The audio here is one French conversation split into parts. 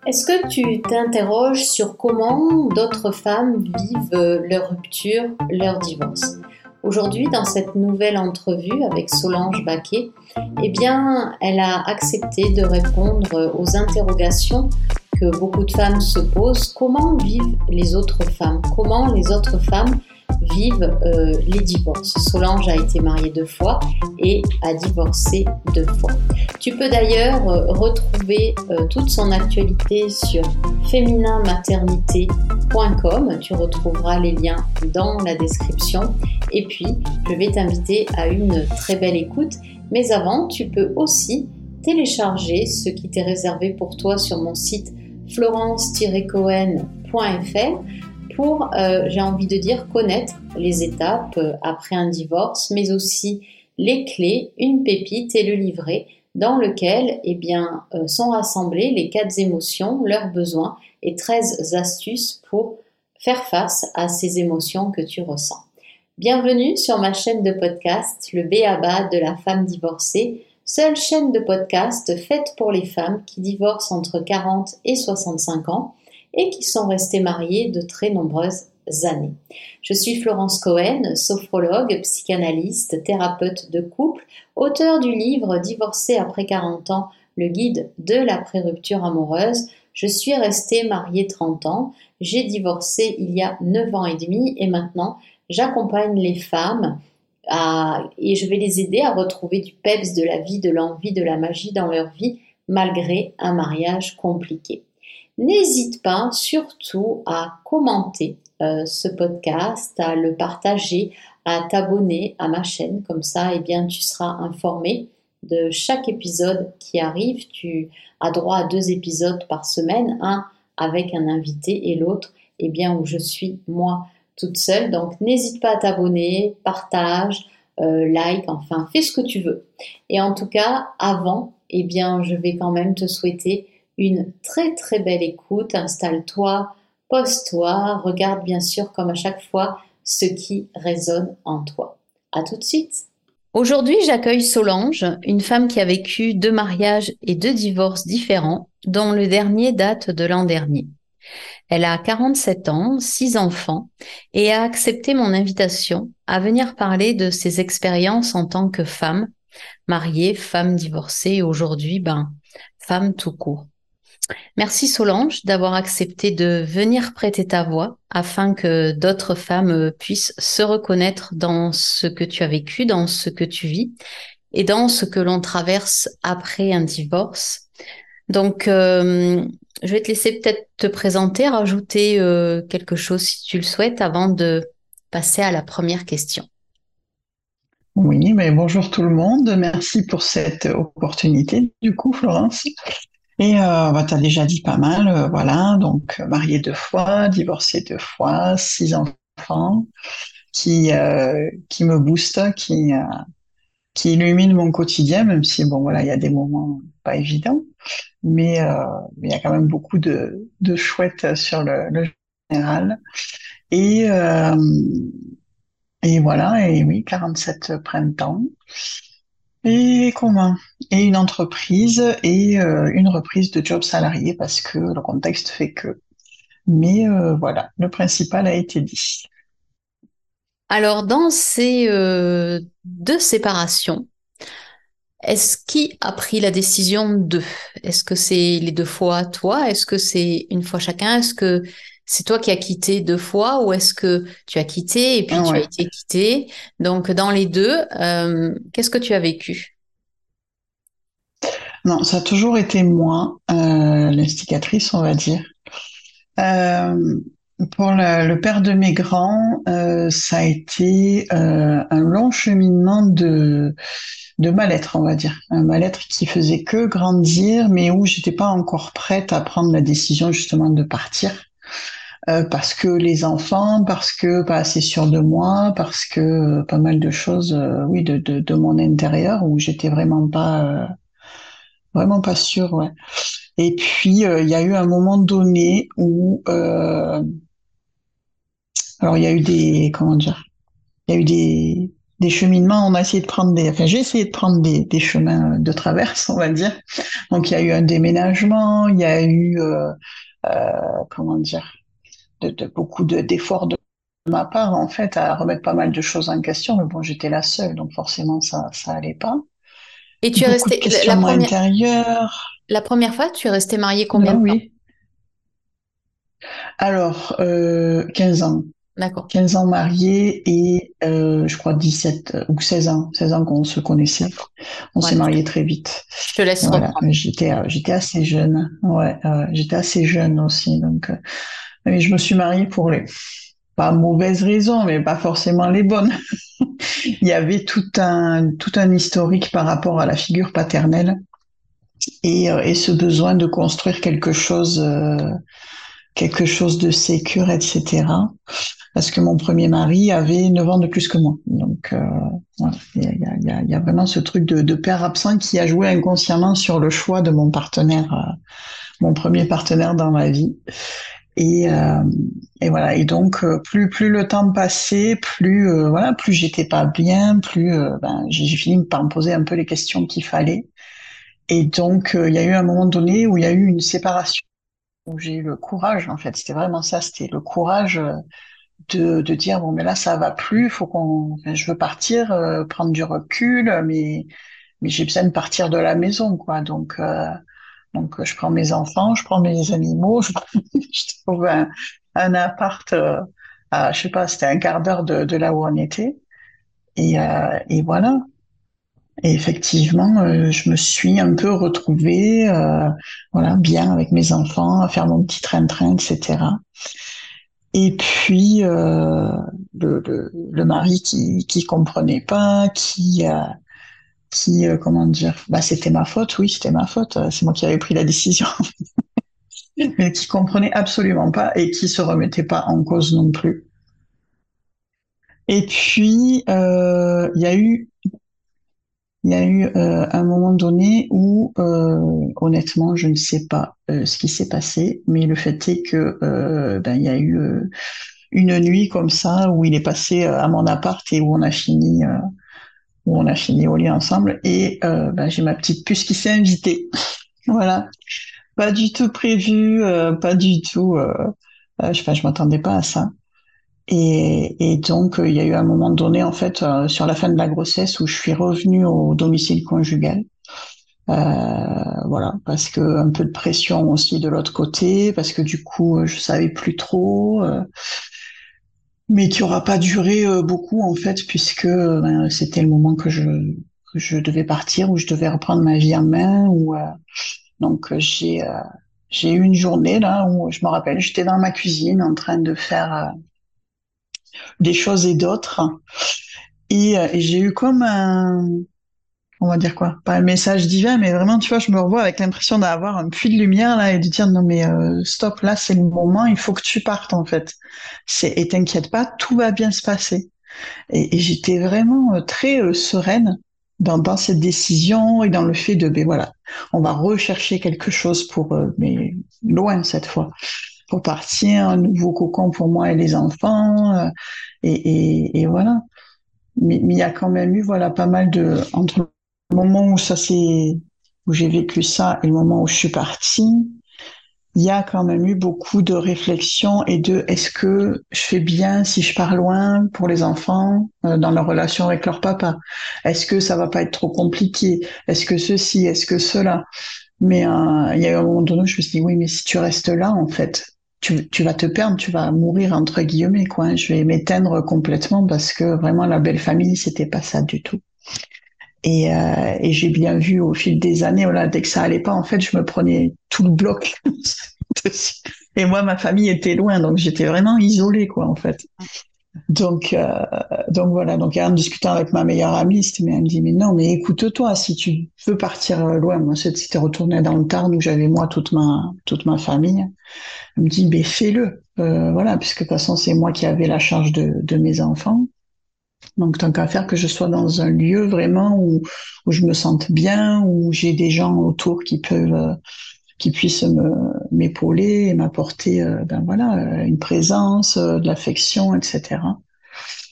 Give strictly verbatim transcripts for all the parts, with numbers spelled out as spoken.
Est-ce que tu t'interroges sur comment d'autres femmes vivent euh, leur rupture, leur divorce? Aujourd'hui, dans cette nouvelle entrevue avec Solange Baquet, eh bien, elle a accepté de répondre aux interrogations que beaucoup de femmes se posent. Comment vivent les autres femmes? Comment les autres femmes vivent euh, les divorces? Solange a été mariée deux fois et a divorcé deux fois. Tu peux d'ailleurs euh, retrouver euh, toute son actualité sur féminin maternité point com. Tu retrouveras les liens dans la description. Et puis, je vais t'inviter à une très belle écoute. Mais avant, tu peux aussi télécharger ce qui t'est réservé pour toi sur mon site florence tiret cohen point f r pour, euh, j'ai envie de dire, connaître les étapes euh, après un divorce, mais aussi les clés, une pépite et le livret dans lequel eh bien, euh, sont rassemblées les quatre émotions, leurs besoins et treize astuces pour faire face à ces émotions que tu ressens. Bienvenue sur ma chaîne de podcast, le B A B A de la femme divorcée, seule chaîne de podcast faite pour les femmes qui divorcent entre quarante et soixante-cinq ans et qui sont restées mariées de très nombreuses années. Je suis Florence Cohen, sophrologue, psychanalyste, thérapeute de couple, auteure du livre Divorcer après quarante ans, le guide de la pré-rupture amoureuse. Je suis restée mariée trente ans, j'ai divorcé il y a neuf ans et demi et maintenant j'accompagne les femmes à, et je vais les aider à retrouver du peps, de la vie, de l'envie, de la magie dans leur vie malgré un mariage compliqué. N'hésite pas surtout à commenter euh, ce podcast, à le partager, à t'abonner à ma chaîne. Comme ça, eh bien, tu seras informé de chaque épisode qui arrive. Tu as droit à deux épisodes par semaine, un avec un invité et l'autre eh bien, où je suis moi toute seule. Donc, n'hésite pas à t'abonner, partage, euh, like, enfin, fais ce que tu veux. Et en tout cas, avant, eh bien, je vais quand même te souhaiter une très très belle écoute. Installe-toi, pose-toi, regarde bien sûr comme à chaque fois ce qui résonne en toi. À tout de suite. Aujourd'hui, j'accueille Solange, une femme qui a vécu deux mariages et deux divorces différents, dont le dernier date de l'an dernier. Elle a quarante-sept ans, six enfants et a accepté mon invitation à venir parler de ses expériences en tant que femme, mariée, femme divorcée et aujourd'hui, ben, femme tout court. Merci Solange d'avoir accepté de venir prêter ta voix afin que d'autres femmes puissent se reconnaître dans ce que tu as vécu, dans ce que tu vis et dans ce que l'on traverse après un divorce. Donc, euh, je vais te laisser peut-être te présenter, rajouter euh, quelque chose si tu le souhaites avant de passer à la première question. Oui, mais bonjour tout le monde. Merci pour cette opportunité, du coup, Florence. Et euh, bah, tu as déjà dit pas mal, euh, voilà. Donc, euh, mariée deux fois, divorcée deux fois, six enfants qui, euh, qui me boostent, qui, euh, qui illuminent mon quotidien, même si, bon, voilà, il y a des moments pas évidents, mais euh, mais il y a quand même beaucoup de, de chouettes sur le, le général. Et, euh, et voilà, et oui, quarante-sept printemps. Et comment? Et une entreprise et euh, une reprise de job salarié parce que le contexte fait que. Mais euh, voilà, le principal a été dit. Alors, dans ces euh, deux séparations, est-ce qui a pris la décision de? Est-ce que c'est les deux fois toi? Est-ce que c'est une fois chacun? Est-ce que c'est toi qui as quitté deux fois ou est-ce que tu as quitté et puis Ah tu as ouais. été quitté? Donc, dans les deux, euh, qu'est-ce que tu as vécu? Non, ça a toujours été moi, euh, l'instigatrice, on va dire. Euh, pour le, le père de mes grands, euh, ça a été euh, un long cheminement de, de mal-être, on va dire. Un mal-être qui faisait que grandir, mais où j'étais pas encore prête à prendre la décision justement de partir. Euh, parce que les enfants, parce que pas assez sûr de moi, parce que euh, pas mal de choses, euh, oui, de, de, de mon intérieur où j'étais vraiment pas, euh, vraiment pas sûre, ouais. Et puis euh, il y a eu un moment donné où, euh, alors il y a eu des, comment dire, il y a eu des des cheminements, on a essayé de prendre des, enfin, j'ai essayé de prendre des, des chemins de traverse, on va dire. Donc, il y a eu un déménagement, il y a eu, euh, euh, comment dire, de, de beaucoup de, d'efforts de ma part, en fait, à remettre pas mal de choses en question. Mais bon, j'étais la seule, donc forcément, ça, ça allait pas. Et tu es Beaucoup de restée, la questionnements première, intérieurs. la première fois, tu es restée mariée combien Non, de temps? oui. Alors, euh, quinze ans. D'accord. quinze ans mariés et euh, je crois dix-sept ou seize ans, seize ans qu'on se connaissait. D'accord. On s'est Voilà, je te, mariés très vite. je te laisse Voilà, reprendre. j'étais euh, j'étais assez jeune. Ouais, euh, j'étais assez jeune aussi. Donc, euh, mais je me suis mariée pour les pas mauvaises raisons, mais pas forcément les bonnes. Il y avait tout un tout un historique par rapport à la figure paternelle et, euh, et ce besoin de construire quelque chose. Euh, quelque chose de sécure, et cetera. Parce que mon premier mari avait neuf ans de plus que moi. Donc, euh, voilà. il, y a, il, y a, il y a vraiment ce truc de, de père absent qui a joué inconsciemment sur le choix de mon partenaire, euh, mon premier partenaire dans ma vie. Et, euh, et voilà. Et donc, euh, plus plus le temps passait, plus euh, voilà, plus j'étais pas bien, plus euh, ben, j'ai j'ai fini par me poser un peu les questions qu'il fallait. Et donc, euh, il y a eu un moment donné où il y a eu une séparation, où j'ai eu le courage, en fait. C'était vraiment ça, c'était le courage. Euh, de, de dire bon mais là ça va plus, faut qu'on, enfin, je veux partir, euh, prendre du recul, mais mais j'ai besoin de partir de la maison quoi. Donc euh, donc euh, je prends mes enfants, je prends mes animaux, je, je trouve un, un appart, euh, à, je sais pas, c'était un quart d'heure de, de là où on était et euh, et voilà. Et effectivement, euh, je me suis un peu retrouvée, euh, voilà, bien avec mes enfants, à faire mon petit train-train, et cetera. Et puis euh, le, le, le mari qui qui comprenait pas, qui euh, qui euh, comment dire, bah c'était ma faute, oui c'était ma faute, euh, c'est moi qui avais pris la décision, mais qui comprenait absolument pas et qui se remettait pas en cause non plus. Et puis euh, il y a eu il y a eu euh, un moment donné où euh, honnêtement je ne sais pas euh, ce qui s'est passé, mais le fait est que euh, ben il y a eu euh, une nuit comme ça où il est passé euh, à mon appart et où on a fini, euh, où on a fini au lit ensemble. Et euh, bah, j'ai ma petite puce qui s'est invitée. Voilà, pas du tout prévu, euh, pas du tout. Euh, euh, je, enfin, je m'attendais pas à ça. Et, et donc, euh, il y a eu un moment donné, en fait, euh, sur la fin de la grossesse, où je suis revenue au domicile conjugal. Euh, voilà, parce que un peu de pression aussi de l'autre côté, parce que du coup, euh, je savais plus trop. Euh, mais qui aura pas duré euh, beaucoup en fait, puisque euh, ben, c'était le moment que je que je devais partir, où je devais reprendre ma vie en main. Où, euh, donc euh, j'ai euh, j'ai eu une journée là où je me rappelle, j'étais dans ma cuisine en train de faire euh, des choses et d'autres, et, euh, et j'ai eu comme un, on va dire quoi, pas un message divin, mais vraiment, tu vois, je me revois avec l'impression d'avoir un puits de lumière là et de dire non mais euh, stop, là c'est le moment, il faut que tu partes en fait. C'est et t'inquiète pas, tout va bien se passer. Et, et j'étais vraiment euh, très euh, sereine dans, dans cette décision et dans le fait de, ben voilà, on va rechercher quelque chose pour, euh, mais loin cette fois, pour partir, un nouveau cocon pour moi et les enfants, euh, et, et, et voilà. Mais, mais il y a quand même eu, voilà, pas mal de, entre le moment où ça s'est, où j'ai vécu ça et le moment où je suis partie, il y a quand même eu beaucoup de réflexion et de est-ce que je fais bien si je pars loin pour les enfants euh, dans leur relation avec leur papa? Est-ce que ça va pas être trop compliqué? Est-ce que ceci? Est-ce que cela? Mais euh, il y a eu un moment donné où je me suis dit oui, mais si tu restes là, en fait, tu, tu vas te perdre, tu vas mourir entre guillemets quoi, hein. Je vais m'éteindre complètement parce que vraiment la belle famille, c'était pas ça du tout. Et, euh, et j'ai bien vu au fil des années, voilà, dès que ça allait pas, en fait, je me prenais tout le bloc dessus. Et moi, ma famille était loin, donc j'étais vraiment isolée, quoi, en fait. Donc, euh, donc voilà. Donc, en discutant avec ma meilleure amie, c'était, mais elle me dit, mais non, mais écoute-toi, si tu veux partir loin, moi, c'était retourné dans le Tarn où j'avais moi toute ma toute ma famille. Elle me dit, mais fais-le, euh, voilà, puisque de toute façon, c'est moi qui avais la charge de de mes enfants. Donc, tant qu'à faire que je sois dans un lieu vraiment où, où je me sente bien, où j'ai des gens autour qui peuvent, euh, qui puissent me, m'épauler et m'apporter, euh, ben voilà, euh, une présence, euh, de l'affection, et cetera.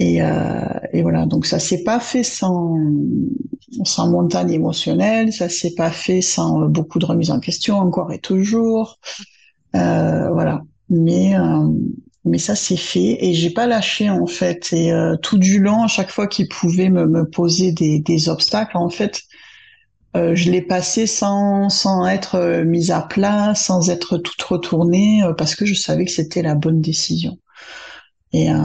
Et, euh, et voilà, donc ça s'est pas fait sans, sans montagne émotionnelle, ça s'est pas fait sans beaucoup de remise en question, encore et toujours. Euh, voilà. Mais, euh, mais ça s'est fait et j'ai pas lâché en fait. Et euh, tout du long, à chaque fois qu'il pouvait me, me poser des, des obstacles, en fait, euh, je l'ai passé sans, sans être euh, mise à plat, sans être toute retournée, euh, parce que je savais que c'était la bonne décision. Et, euh,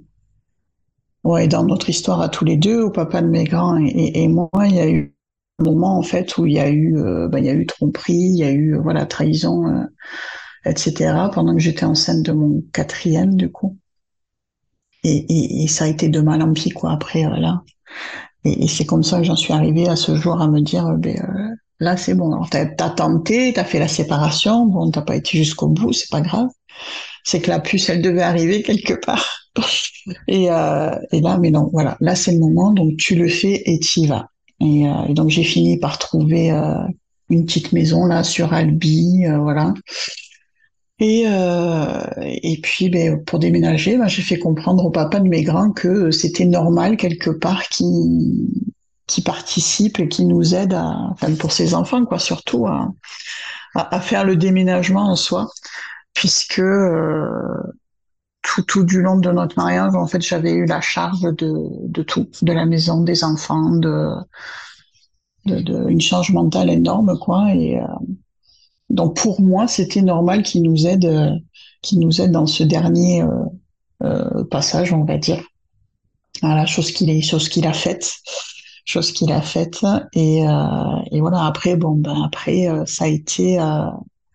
ouais, dans notre histoire à tous les deux, au papa de mes grands et, et, et moi, il y a eu un moment en fait où il y a eu, euh, ben, il y a eu tromperie, il y a eu euh, voilà trahison, euh, et cetera. Pendant que j'étais enceinte de mon quatrième du coup, et, et, et ça a été de mal en pis quoi. Après euh, là, et, et c'est comme ça que j'en suis arrivée à ce jour à me dire, euh, ben euh, là c'est bon. Alors t'as, t'as tenté, t'as fait la séparation, bon t'as pas été jusqu'au bout, c'est pas grave. C'est que la puce elle devait arriver quelque part. Et, euh, et là, mais non, voilà, là c'est le moment, donc tu le fais et tu y vas. Et, euh, et donc j'ai fini par trouver euh, une petite maison là sur Albi, euh, voilà. Et, euh, et puis ben, pour déménager, ben, j'ai fait comprendre au papa de mes grands que c'était normal quelque part qui qui participe et qui nous aide à, enfin pour ses enfants quoi, surtout à, à, à faire le déménagement en soi, puisque euh, tout, tout du long de notre mariage, en fait, j'avais eu la charge de, de tout, de la maison, des enfants, de, de, de une charge mentale énorme, quoi. Et euh, donc pour moi, c'était normal qu'il nous aide, euh, qu'il nous aide dans ce dernier euh, euh, passage, on va dire. Voilà, chose qu'il est, chose qu'il a faite, chose qu'il a faite. Et, euh, et voilà. Après, bon, ben après, euh, ça a été euh,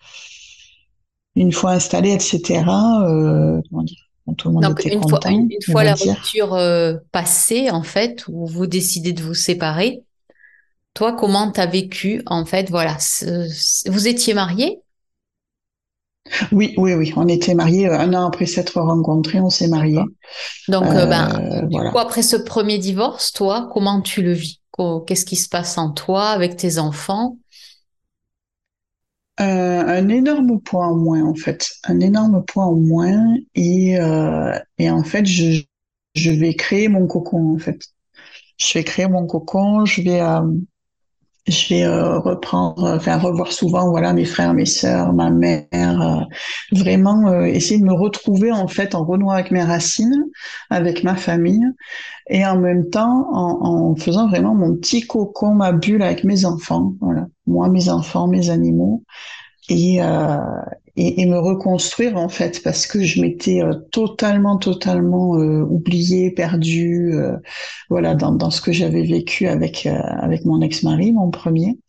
une fois installé, et cetera. Euh, comment dire, bon, tout le monde Donc, était une fois, une, content, une on fois va la dire. rupture euh, passée, en fait, où vous décidez de vous séparer, toi, comment t'as vécu, en fait, voilà, ce- ce- vous étiez mariés? Oui, oui, oui. On était mariés euh, un an après s'être rencontrés, on s'est D'accord. mariés. Donc, euh, ben, Euh, du voilà. coup, après ce premier divorce, toi, comment tu le vis? Co- Qu'est-ce qui se passe en toi, avec tes enfants? Euh, un énorme point en moins, en fait. Un énorme point en moins. Et, euh, et en fait, je, je vais créer mon cocon, en fait. Je vais créer mon cocon, je vais, euh, je vais euh, reprendre, euh, enfin revoir souvent, voilà, mes frères, mes sœurs, ma mère, euh, vraiment euh, essayer de me retrouver en fait en renouant avec mes racines, avec ma famille, et en même temps en, en faisant vraiment mon petit cocon, ma bulle avec mes enfants, voilà, moi, mes enfants, mes animaux, et, euh, et, et me reconstruire en fait, parce que je m'étais euh, totalement, totalement euh, oubliée, perdue, euh, voilà, dans, dans ce que j'avais vécu avec euh, avec mon ex-mari, mon premier.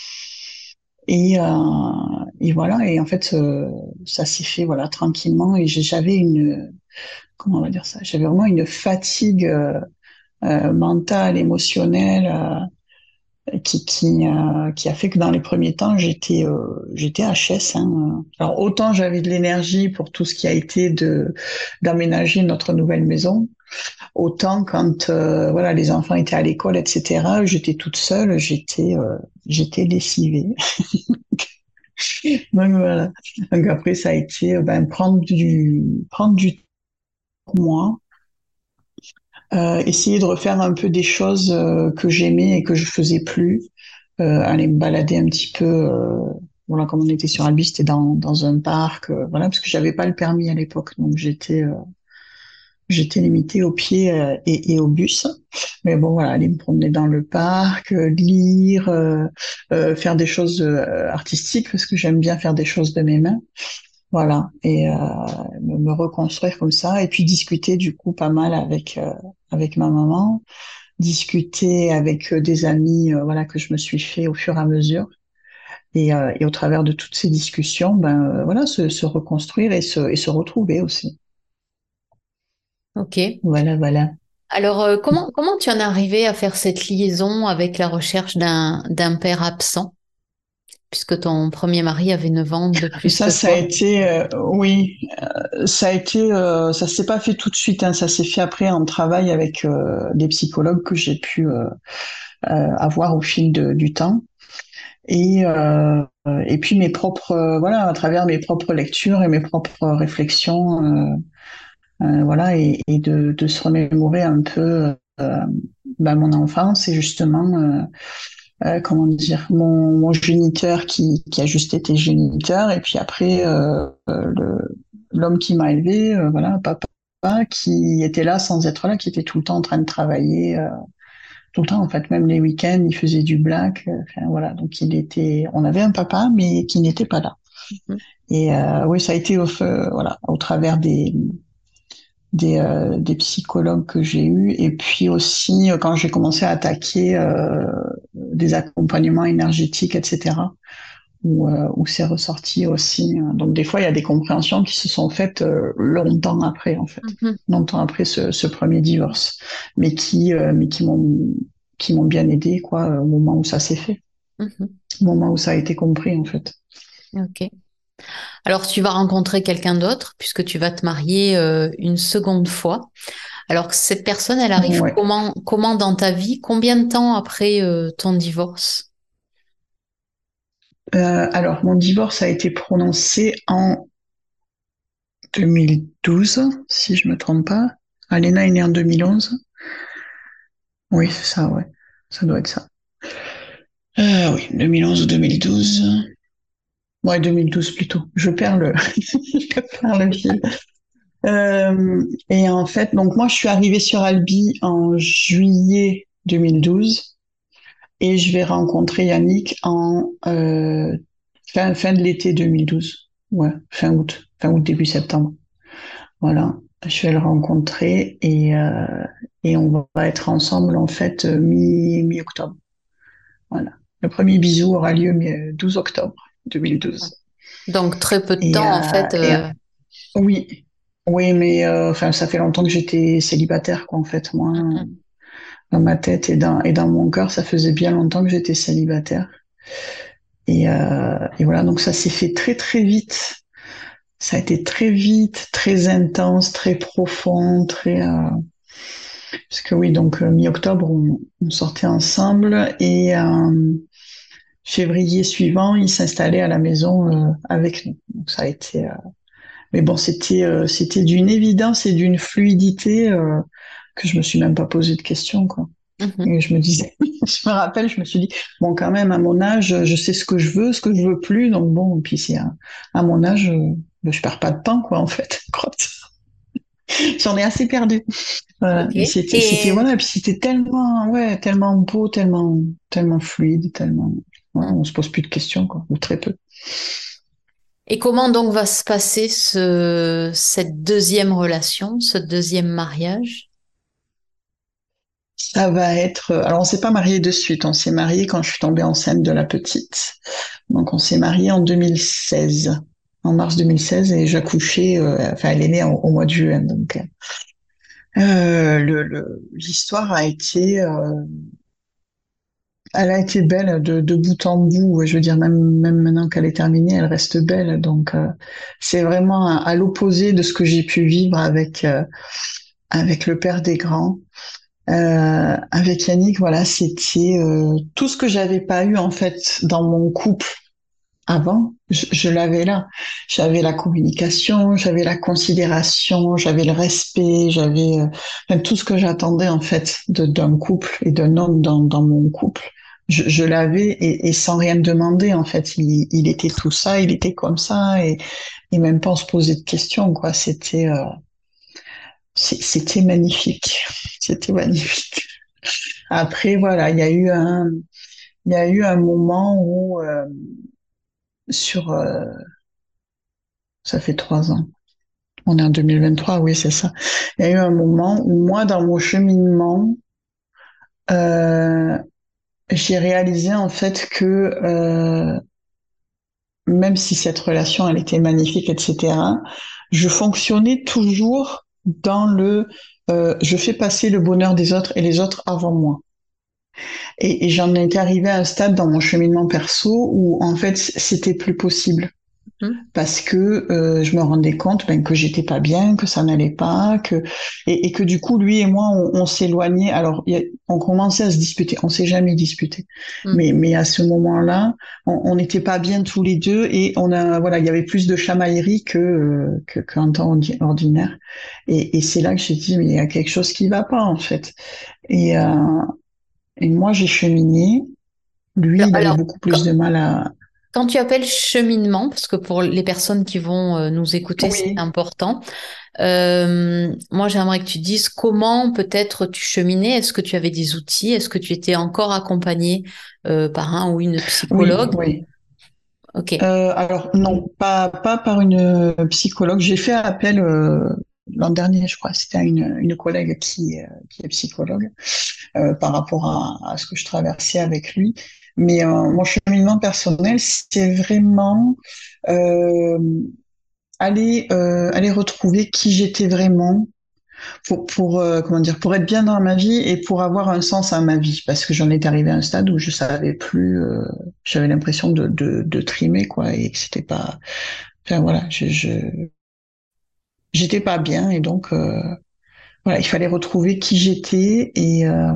Et, euh, et voilà, et en fait, euh, ça s'est fait voilà tranquillement. Et j'ai- j'avais une, comment on va dire ça, j'avais vraiment une fatigue euh, euh, mentale, émotionnelle, euh, qui qui euh, qui a fait que dans les premiers temps, j'étais euh, j'étais H S. Hein. Alors autant j'avais de l'énergie pour tout ce qui a été de d'aménager notre nouvelle maison, autant quand euh, voilà les enfants étaient à l'école, et cetera. J'étais toute seule, j'étais euh, j'étais lessivée. Donc voilà. Donc après, ça a été euh, ben, prendre du, prendre du temps pour moi, euh, essayer de refaire un peu des choses euh, que j'aimais et que je faisais plus, euh, aller me balader un petit peu. Euh, voilà, comme on était sur Albi, c'était dans, dans un parc, euh, voilà, parce que j'avais pas le permis à l'époque, donc j'étais euh, j'étais limitée au pied euh, et, et au bus. Mais bon, voilà, aller me promener dans le parc, euh, lire, euh, euh, faire des choses euh, artistiques, parce que j'aime bien faire des choses de mes mains. Voilà, et euh, me, me reconstruire comme ça, et puis discuter du coup pas mal avec euh, avec ma maman, discuter avec euh, des amis, euh, voilà que je me suis fait au fur et à mesure, et, euh, et au travers de toutes ces discussions, ben euh, voilà, se, se reconstruire et se et se retrouver aussi. Ok. Voilà, voilà. Alors, euh, comment, comment tu en es arrivé à faire cette liaison avec la recherche d'un, d'un père absent, puisque ton premier mari avait neuf ans de plus Ça, que ça a toi? été, euh, oui, ça a été, euh, ça s'est pas fait tout de suite, hein, ça s'est fait après en travail avec euh, des psychologues que j'ai pu euh, euh, avoir au fil de, du temps. Et, euh, et puis mes propres, euh, voilà, à travers mes propres lectures et mes propres réflexions, euh, Euh, voilà, et, et de, de se remémorer un peu euh, bah, mon enfance et justement, euh, euh, comment dire, mon, mon géniteur qui, qui a juste été géniteur, et puis après, euh, euh, le, l'homme qui m'a élevé, euh, voilà, papa, qui était là sans être là, qui était tout le temps en train de travailler, euh, tout le temps, en fait, même les week-ends, il faisait du black, euh, enfin, voilà, donc il était, on avait un papa, mais qui n'était pas là. Mhm. Et euh, oui, ça a été au, euh, voilà, au travers des, des, euh, des psychologues que j'ai eus. Et puis aussi, euh, quand j'ai commencé à attaquer euh, des accompagnements énergétiques, et cetera, où, euh, où c'est ressorti aussi. Hein. Donc des fois, il y a des compréhensions qui se sont faites euh, longtemps après, en fait. Mhm. Longtemps après ce, ce premier divorce. Mais qui, euh, mais qui m'ont qui m'ont bien aidé, quoi, au moment où ça s'est fait. Mhm. Au moment où ça a été compris, en fait. Ok. Alors, tu vas rencontrer quelqu'un d'autre puisque tu vas te marier euh, une seconde fois. Alors, cette personne, elle arrive Ouais. comment, comment dans ta vie? Combien de temps après euh, ton divorce? Euh, alors, mon divorce a été prononcé en deux mille douze, si je me trompe pas. Alena est née en deux mille onze. Oui, c'est ça, ouais. Ça doit être ça. Euh, oui, deux mille onze ou deux mille douze. Ouais, deux mille douze plutôt. Je perds le, je perds le fil. Euh, et en fait, donc moi, je suis arrivée sur Albi en juillet deux mille douze et je vais rencontrer Yannick en euh, fin, fin de l'été deux mille douze. Ouais, fin août, fin août, début septembre. Voilà, je vais le rencontrer et, euh, et on va être ensemble en fait euh, mi, mi-octobre. Voilà. Le premier bisou aura lieu mi- douze octobre deux mille douze. Donc, très peu de Et, temps, en euh, fait. et euh, oui, oui, mais euh, enfin, ça fait longtemps que j'étais célibataire, quoi, en fait. Moi, Mhm. dans ma tête et dans, et dans mon cœur, ça faisait bien longtemps que j'étais célibataire. Et, euh, et voilà, donc ça s'est fait très, très vite. Ça a été très vite, très intense, très profond, très. Euh, parce que oui, donc euh, mi-octobre, on, on sortait ensemble et euh, février suivant, il s'installait à la maison euh, avec nous. Donc ça a été. Euh, Mais bon, c'était euh, c'était d'une évidence et d'une fluidité euh, que je me suis même pas posé de questions, quoi. Mhm. Et je me disais, je me rappelle, je me suis dit, bon, quand même, à mon âge, je sais ce que je veux, ce que je veux plus, donc bon, puis c'est à, à mon âge, euh, je perds pas de temps, quoi, en fait. J'en ai assez perdu. Voilà. Ok. Et c'était, c'était, Et, voilà, et puis c'était tellement, ouais, tellement beau, tellement, tellement fluide, tellement, ouais, on se pose plus de questions, quoi, ou très peu. et comment donc va se passer ce, cette deuxième relation, ce deuxième mariage? Ça va être. Alors, on s'est pas marié de suite. On s'est marié quand je suis tombée enceinte de la petite. Donc, on s'est marié en deux mille seize, en mars deux mille seize, et j'accouchais. Euh, enfin, elle est née en- au mois de juin. Donc, euh, le, le- l'histoire a été, euh, elle a été belle de, de bout en bout. Je veux dire, même même maintenant qu'elle est terminée, elle reste belle. Donc, euh, c'est vraiment à, à l'opposé de ce que j'ai pu vivre avec euh, avec le père des grands. Euh, avec Yannick, voilà, c'était euh, tout ce que j'avais pas eu en fait dans mon couple avant, je, je l'avais là. J'avais la communication, j'avais la considération, j'avais le respect, j'avais euh, enfin, tout ce que j'attendais en fait de, d'un couple et d'un homme dans, dans mon couple. Je, je l'avais et, et sans rien me demander en fait. Il, il était tout ça, il était comme ça et, et même pas on se posait de questions quoi. C'était euh, c'est- c'était magnifique, c'était magnifique. Après, voilà, il y a eu un, il y a eu un moment où, euh, sur, euh, ça fait trois ans, on est en deux mille vingt-trois, oui, c'est ça. Il y a eu un moment où moi, dans mon cheminement, euh, j'ai réalisé en fait que euh, même si cette relation, elle était magnifique, et cetera, je fonctionnais toujours dans le, euh, je fais passer le bonheur des autres et les autres avant moi. Et, et j'en étais arrivée à un stade dans mon cheminement perso où en fait c'était plus possible. Mhm. parce que euh, je me rendais compte ben, que j'étais pas bien, que ça n'allait pas, que et, et que du coup lui et moi on, on s'éloignait. Alors il y a- on commençait à se disputer, on s'est jamais disputé, Mhm. mais mais à ce moment-là on on n'était pas bien tous les deux et on a voilà il y avait plus de chamaillerie que euh, que qu'un temps ordi- ordinaire et, et c'est là que j'ai dit mais il y a quelque chose qui va pas en fait et euh, et moi j'ai cheminé, lui Alors, il avait alors, beaucoup plus quand, de mal à quand tu appelles cheminement, parce que pour les personnes qui vont euh, nous écouter, c'est oui. important. Euh, moi, j'aimerais que tu dises comment peut-être tu cheminais. Est-ce que tu avais des outils? Est-ce que tu étais encore accompagné euh, par un ou une Oui, psychologue? oui. Ok. Euh, alors non, pas, pas par une psychologue. J'ai fait appel euh, l'an dernier, je crois. C'était à une, une collègue qui, euh, qui est psychologue euh, par rapport à, à ce que je traversais avec lui. Mais euh, mon cheminement personnel, c'est vraiment euh, aller, euh, aller retrouver qui j'étais vraiment pour, pour euh, comment dire, pour être bien dans ma vie et pour avoir un sens à ma vie. Parce que j'en étais arrivée à un stade où je savais plus, euh, j'avais l'impression de, de, de trimer, quoi, et que c'était pas, enfin voilà, je, je, j'étais pas bien et donc, euh, voilà, il fallait retrouver qui j'étais et, euh,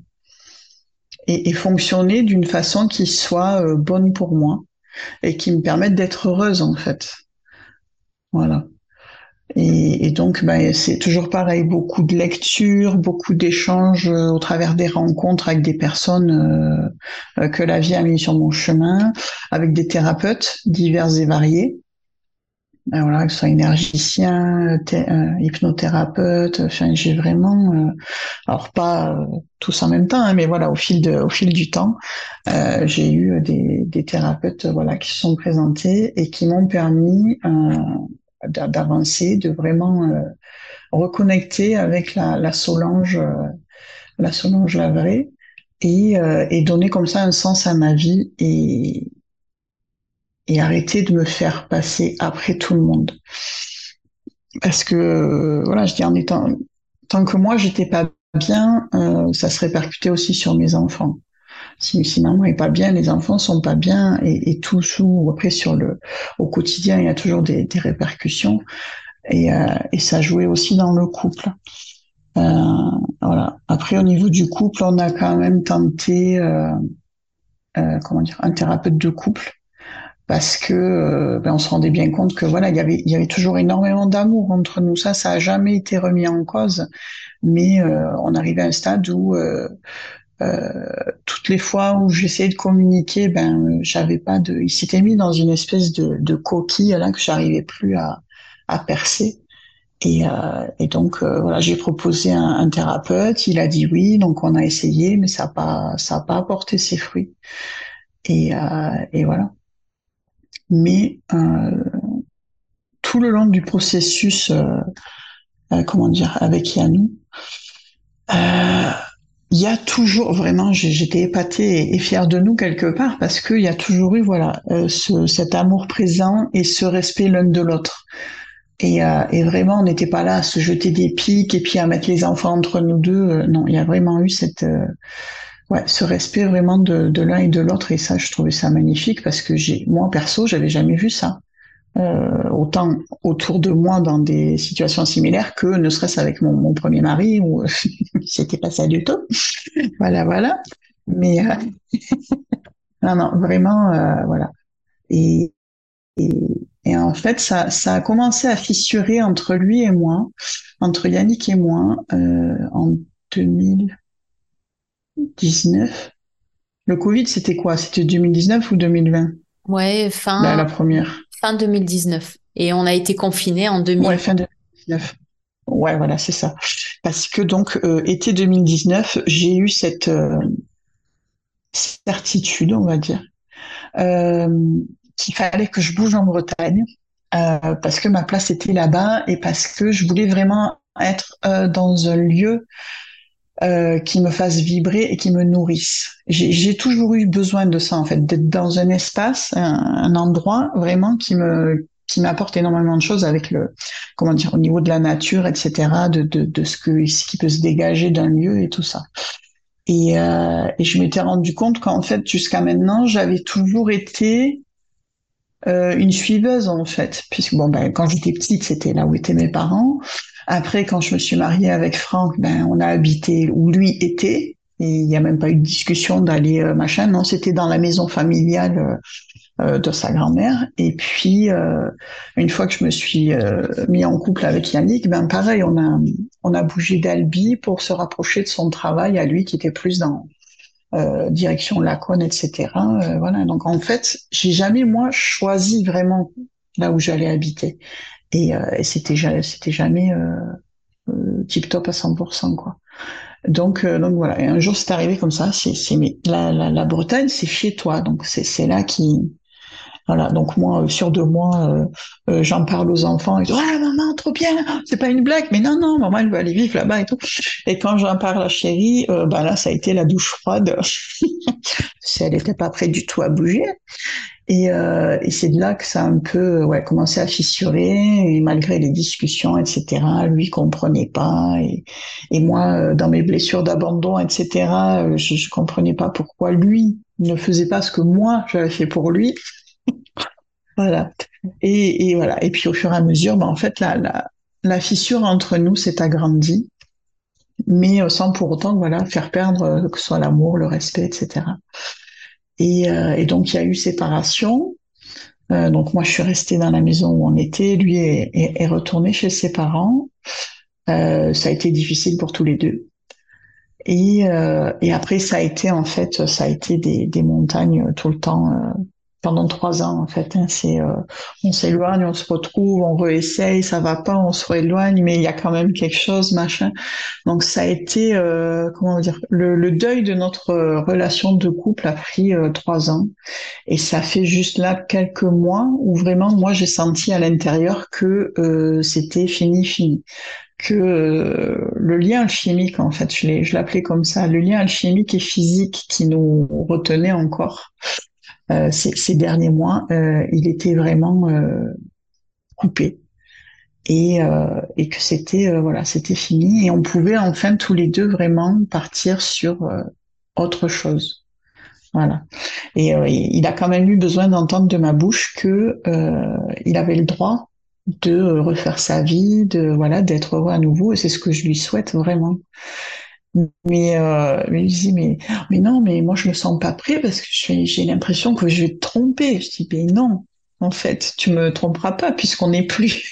et, et fonctionner d'une façon qui soit euh, bonne pour moi et qui me permette d'être heureuse, en fait. Voilà. Et, et donc, ben, c'est toujours pareil, beaucoup de lectures, beaucoup d'échanges euh, au travers des rencontres avec des personnes euh, euh, que la vie a mis sur mon chemin, avec des thérapeutes divers et variés. Euh, voilà, que ce soit énergicien, thé- euh, hypnothérapeute, enfin, j'ai vraiment, euh, alors pas euh, tous en même temps, hein, mais voilà, au fil de, au fil du temps, euh, j'ai eu des, des thérapeutes, voilà, qui se sont présentés et qui m'ont permis euh, d'a- d'avancer, de vraiment euh, reconnecter avec la, la Solange, euh, la Solange la vraie, et, euh, et donner comme ça un sens à ma vie et, et arrêter de me faire passer après tout le monde. Parce que, euh, voilà, je dis en étant, tant que moi, j'étais pas bien, euh, ça se répercutait aussi sur mes enfants. Si, si maman est pas bien, les enfants sont pas bien et, et tout sous, après sur le, au quotidien, il y a toujours des, des répercussions et, euh, et ça jouait aussi dans le couple. Euh, voilà. Après, au niveau du couple, on a quand même tenté, euh, euh, comment dire, un thérapeute de couple parce que euh, ben, on se rendait bien compte que voilà, il y avait, il y avait toujours énormément d'amour entre nous. Ça, ça a jamais été remis en cause, mais euh, on arrivait à un stade où euh, euh, toutes les fois où j'essayais de communiquer, ben j'avais pas de, il s'était mis dans une espèce de, de coquille là que j'arrivais plus à, à percer. Et, euh, et donc euh, voilà, j'ai proposé un, un thérapeute, il a dit oui, donc on a essayé, mais ça n'a pas, ça a pas apporté ses fruits. Et, euh, et voilà. Mais euh, tout le long du processus, euh, euh, comment dire, avec Yannou, euh, il y a toujours vraiment, j'ai- j'étais épatée et, et fière de nous quelque part parce qu'il y a toujours eu voilà euh, ce, cet amour présent et ce respect l'un de l'autre. Et, euh, et vraiment, on n'était pas là à se jeter des pics et puis à mettre les enfants entre nous deux. Euh, non, il y a vraiment eu cette, euh, ouais, ce respect vraiment de, de l'un et de l'autre. Et ça, je trouvais ça magnifique parce que j'ai, moi perso, j'avais jamais vu ça. Euh, autant autour de moi dans des situations similaires que ne serait-ce avec mon, mon premier mari où c'était pas ça du tout. Voilà, voilà. Mais euh, non, non, vraiment, euh, voilà. Et, et, et en fait, ça, ça a commencé à fissurer entre lui et moi, entre Yannick et moi, euh, en deux mille dix-neuf. Le Covid, c'était quoi? C'était deux mille dix-neuf ou deux mille vingt? Ouais, La, fin, la première. fin deux mille dix-neuf. Et on a été confinés en Ouais, deux mille vingt. fin deux mille dix-neuf. Ouais, voilà, c'est ça. Parce que donc, euh, été deux mille dix-neuf, j'ai eu cette euh, certitude, on va dire, euh, qu'il fallait que je bouge en Bretagne, euh, parce que ma place était là-bas et parce que je voulais vraiment être euh, dans un lieu euh, qui me fasse vibrer et qui me nourrisse. J'ai, j'ai toujours eu besoin de ça, en fait, d'être dans un espace, un, un endroit vraiment qui me qui m'apporte énormément de choses avec le, comment dire, au niveau de la nature, et cetera, de, de, de ce que, ce qui peut se dégager d'un lieu et tout ça. Et, euh, et je m'étais rendu compte qu'en fait, jusqu'à maintenant, j'avais toujours été euh, une suiveuse en fait, puisque bon ben quand j'étais petite, c'était là où étaient mes parents. Après, quand je me suis mariée avec Franck, ben on a habité où lui était. Et il n'y a même pas eu de discussion d'aller euh, machin. Non, c'était dans la maison familiale euh, de sa grand-mère. Et puis, euh, une fois que je me suis euh, mis en couple avec Yannick, ben pareil, on a on a bougé d'Albi pour se rapprocher de son travail à lui, qui était plus dans euh, direction Laconne, et cetera. Euh, voilà. Donc en fait, j'ai jamais moi choisi vraiment là où j'allais habiter. Et, euh, et c'était ja- c'était jamais euh, euh, tip top à cent pour cent quoi. Donc euh, donc voilà. Et un jour c'est arrivé comme ça. C'est c'est mais la, la la Bretagne c'est chez toi. Donc c'est c'est là qui voilà, donc moi, euh, sûr de moi, euh, euh, j'en parle aux enfants, ils disent, ah maman, trop bien, c'est pas une blague, mais non, non, maman, elle veut aller vivre là-bas et tout. Et quand j'en parle à Chérie, euh, bah là, ça a été la douche froide, si elle n'était pas prête du tout à bouger. Et, euh, et c'est de là que ça a un peu ouais, commencé à fissurer, et malgré les discussions, et cetera, lui comprenait pas. Et, et moi, euh, dans mes blessures d'abandon, et cetera, euh, je, je comprenais pas pourquoi lui ne faisait pas ce que moi j'avais fait pour lui. Voilà. Et, et voilà. Et puis au fur et à mesure, ben, en fait, la, la, la fissure entre nous s'est agrandie, mais euh, sans pour autant, voilà, faire perdre euh, que ce soit l'amour, le respect, et cetera. Et, euh, et donc il y a eu séparation. Euh, donc moi, je suis restée dans la maison où on était. Lui est, est, est retourné chez ses parents. Euh, ça a été difficile pour tous les deux. Et, euh, et après, ça a été en fait, ça a été des, des montagnes euh, tout le temps. Euh, pendant trois ans en fait. Hein, c'est, euh, on s'éloigne, on se retrouve, on réessaye, ça va pas, on se rééloigne, mais il y a quand même quelque chose, machin. Donc ça a été, euh, comment dire, le, le deuil de notre euh, relation de couple a pris euh, trois ans, et ça fait juste là quelques mois où vraiment moi j'ai senti à l'intérieur que euh, c'était fini, fini. Que euh, le lien alchimique, en fait, je l'ai, je l'appelais comme ça, le lien alchimique et physique qui nous retenait encore euh, ces, ces derniers mois, euh, il était vraiment euh, coupé et, euh, et que c'était euh, voilà, c'était fini et on pouvait enfin tous les deux vraiment partir sur euh, autre chose. Voilà. Et euh, il a quand même eu besoin d'entendre de ma bouche que euh, il avait le droit de refaire sa vie, de voilà, d'être heureux à nouveau et c'est ce que je lui souhaite vraiment. Mais, euh, mais il dit, mais, mais non, mais moi je me sens pas prêt parce que j'ai j'ai l'impression que je vais te tromper. Je dis, mais non, en fait, tu me tromperas pas puisqu'on n'est plus,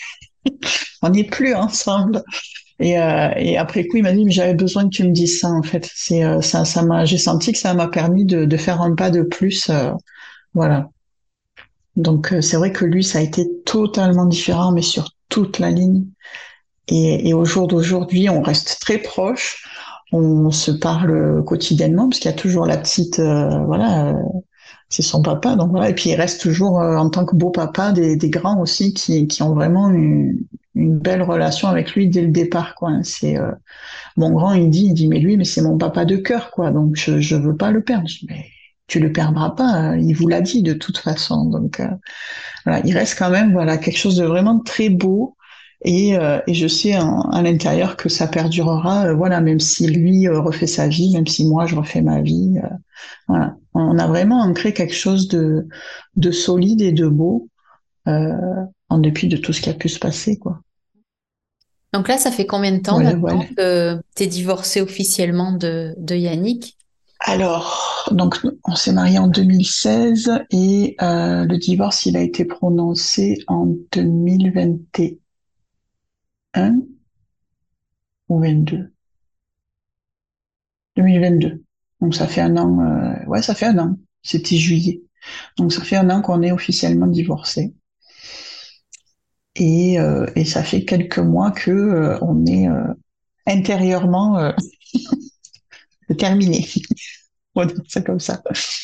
on n'est plus ensemble. Et, euh, et après coup, il m'a dit, mais j'avais besoin que tu me dises ça, en fait. C'est, euh, ça, ça m'a, j'ai senti que ça m'a permis de, de faire un pas de plus, euh, voilà. Donc, euh, c'est vrai que lui, ça a été totalement différent, mais sur toute la ligne. Et, et au jour d'aujourd'hui, on reste très proches. On se parle quotidiennement parce qu'il y a toujours la petite, euh, voilà, euh, c'est son papa, donc voilà. Et puis il reste toujours euh, en tant que beau papa des, des grands aussi qui, qui ont vraiment une, une belle relation avec lui dès le départ, quoi. C'est euh, mon grand, il dit, il dit, mais lui, mais c'est mon papa de cœur, quoi. Donc je, je veux pas le perdre. Je dis, mais tu le perdras pas. Hein. Il vous l'a dit de toute façon. Donc euh, voilà, il reste quand même voilà quelque chose de vraiment très beau et, euh, et je sais en- à l'intérieur que ça perdurera euh, voilà même si lui euh, refait sa vie, même si moi je refais ma vie, euh, voilà. On a vraiment ancré quelque chose de de solide et de beau euh, en dépit de tout ce qui a pu se passer quoi. Donc là, ça fait combien de temps Voilà maintenant voilà. que tu es divorcée officiellement de, de Yannick? Alors donc on s'est mariés en deux mille seize et euh, le divorce il a été prononcé en deux mille vingt et un ou vingt-deux. deux mille vingt-deux. Donc ça fait un an, euh, ouais, ça fait un an. C'était juillet. Donc ça fait un an qu'on est officiellement divorcés. Et, euh, et ça fait quelques mois que euh, on est euh, intérieurement euh, terminé. On va dire ça comme ça.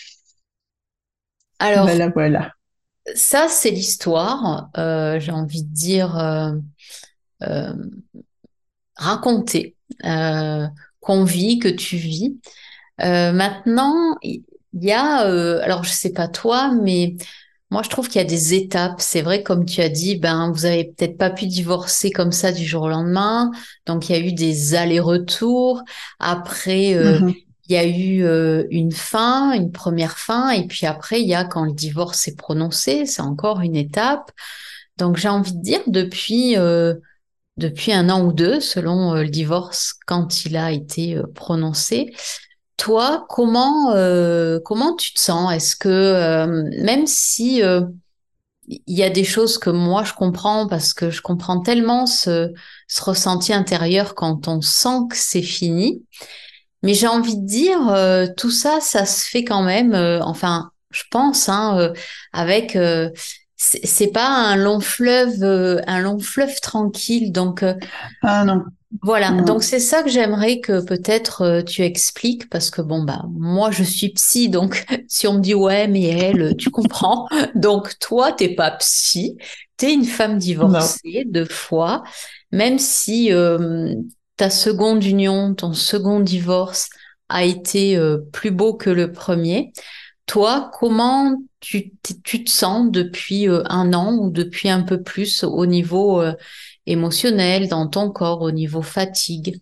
Alors, Voilà, voilà. ça, c'est l'histoire, euh, j'ai envie de dire, euh, euh, racontée, euh, qu'on vit, que tu vis. Euh, maintenant, il y a, euh, alors je sais pas toi, mais moi je trouve qu'il y a des étapes. C'est vrai, comme tu as dit, ben vous avez peut-être pas pu divorcer comme ça du jour au lendemain. Donc il y a eu des allers-retours. Après, euh, Mhm. il y a eu euh, une fin, une première fin, et puis après, il y a quand le divorce est prononcé, c'est encore une étape. Donc j'ai envie de dire, depuis, euh, depuis un an ou deux, selon euh, le divorce, quand il a été euh, prononcé, toi, comment, euh, comment tu te sens? Est-ce que euh, même si euh, il y a des choses que moi je comprends parce que je comprends tellement ce, ce ressenti intérieur quand on sent que c'est fini, mais j'ai envie de dire, euh, tout ça, ça se fait quand même, euh, enfin, je pense, hein, euh, avec, euh, c'est c'est pas un long fleuve, euh, un long fleuve tranquille. Donc euh, Ah non, voilà. Donc non, c'est ça que j'aimerais que peut-être euh, tu expliques, parce que bon bah moi je suis psy, donc si on me dit ouais mais elle, tu comprends. Donc toi t'es pas psy, t'es une femme non. divorcée deux fois, même si euh, ta seconde union, ton second divorce a été euh, plus beau que le premier. Toi, comment tu, t- tu te sens depuis euh, un an ou depuis un peu plus au niveau euh, émotionnel, dans ton corps, au niveau fatigue?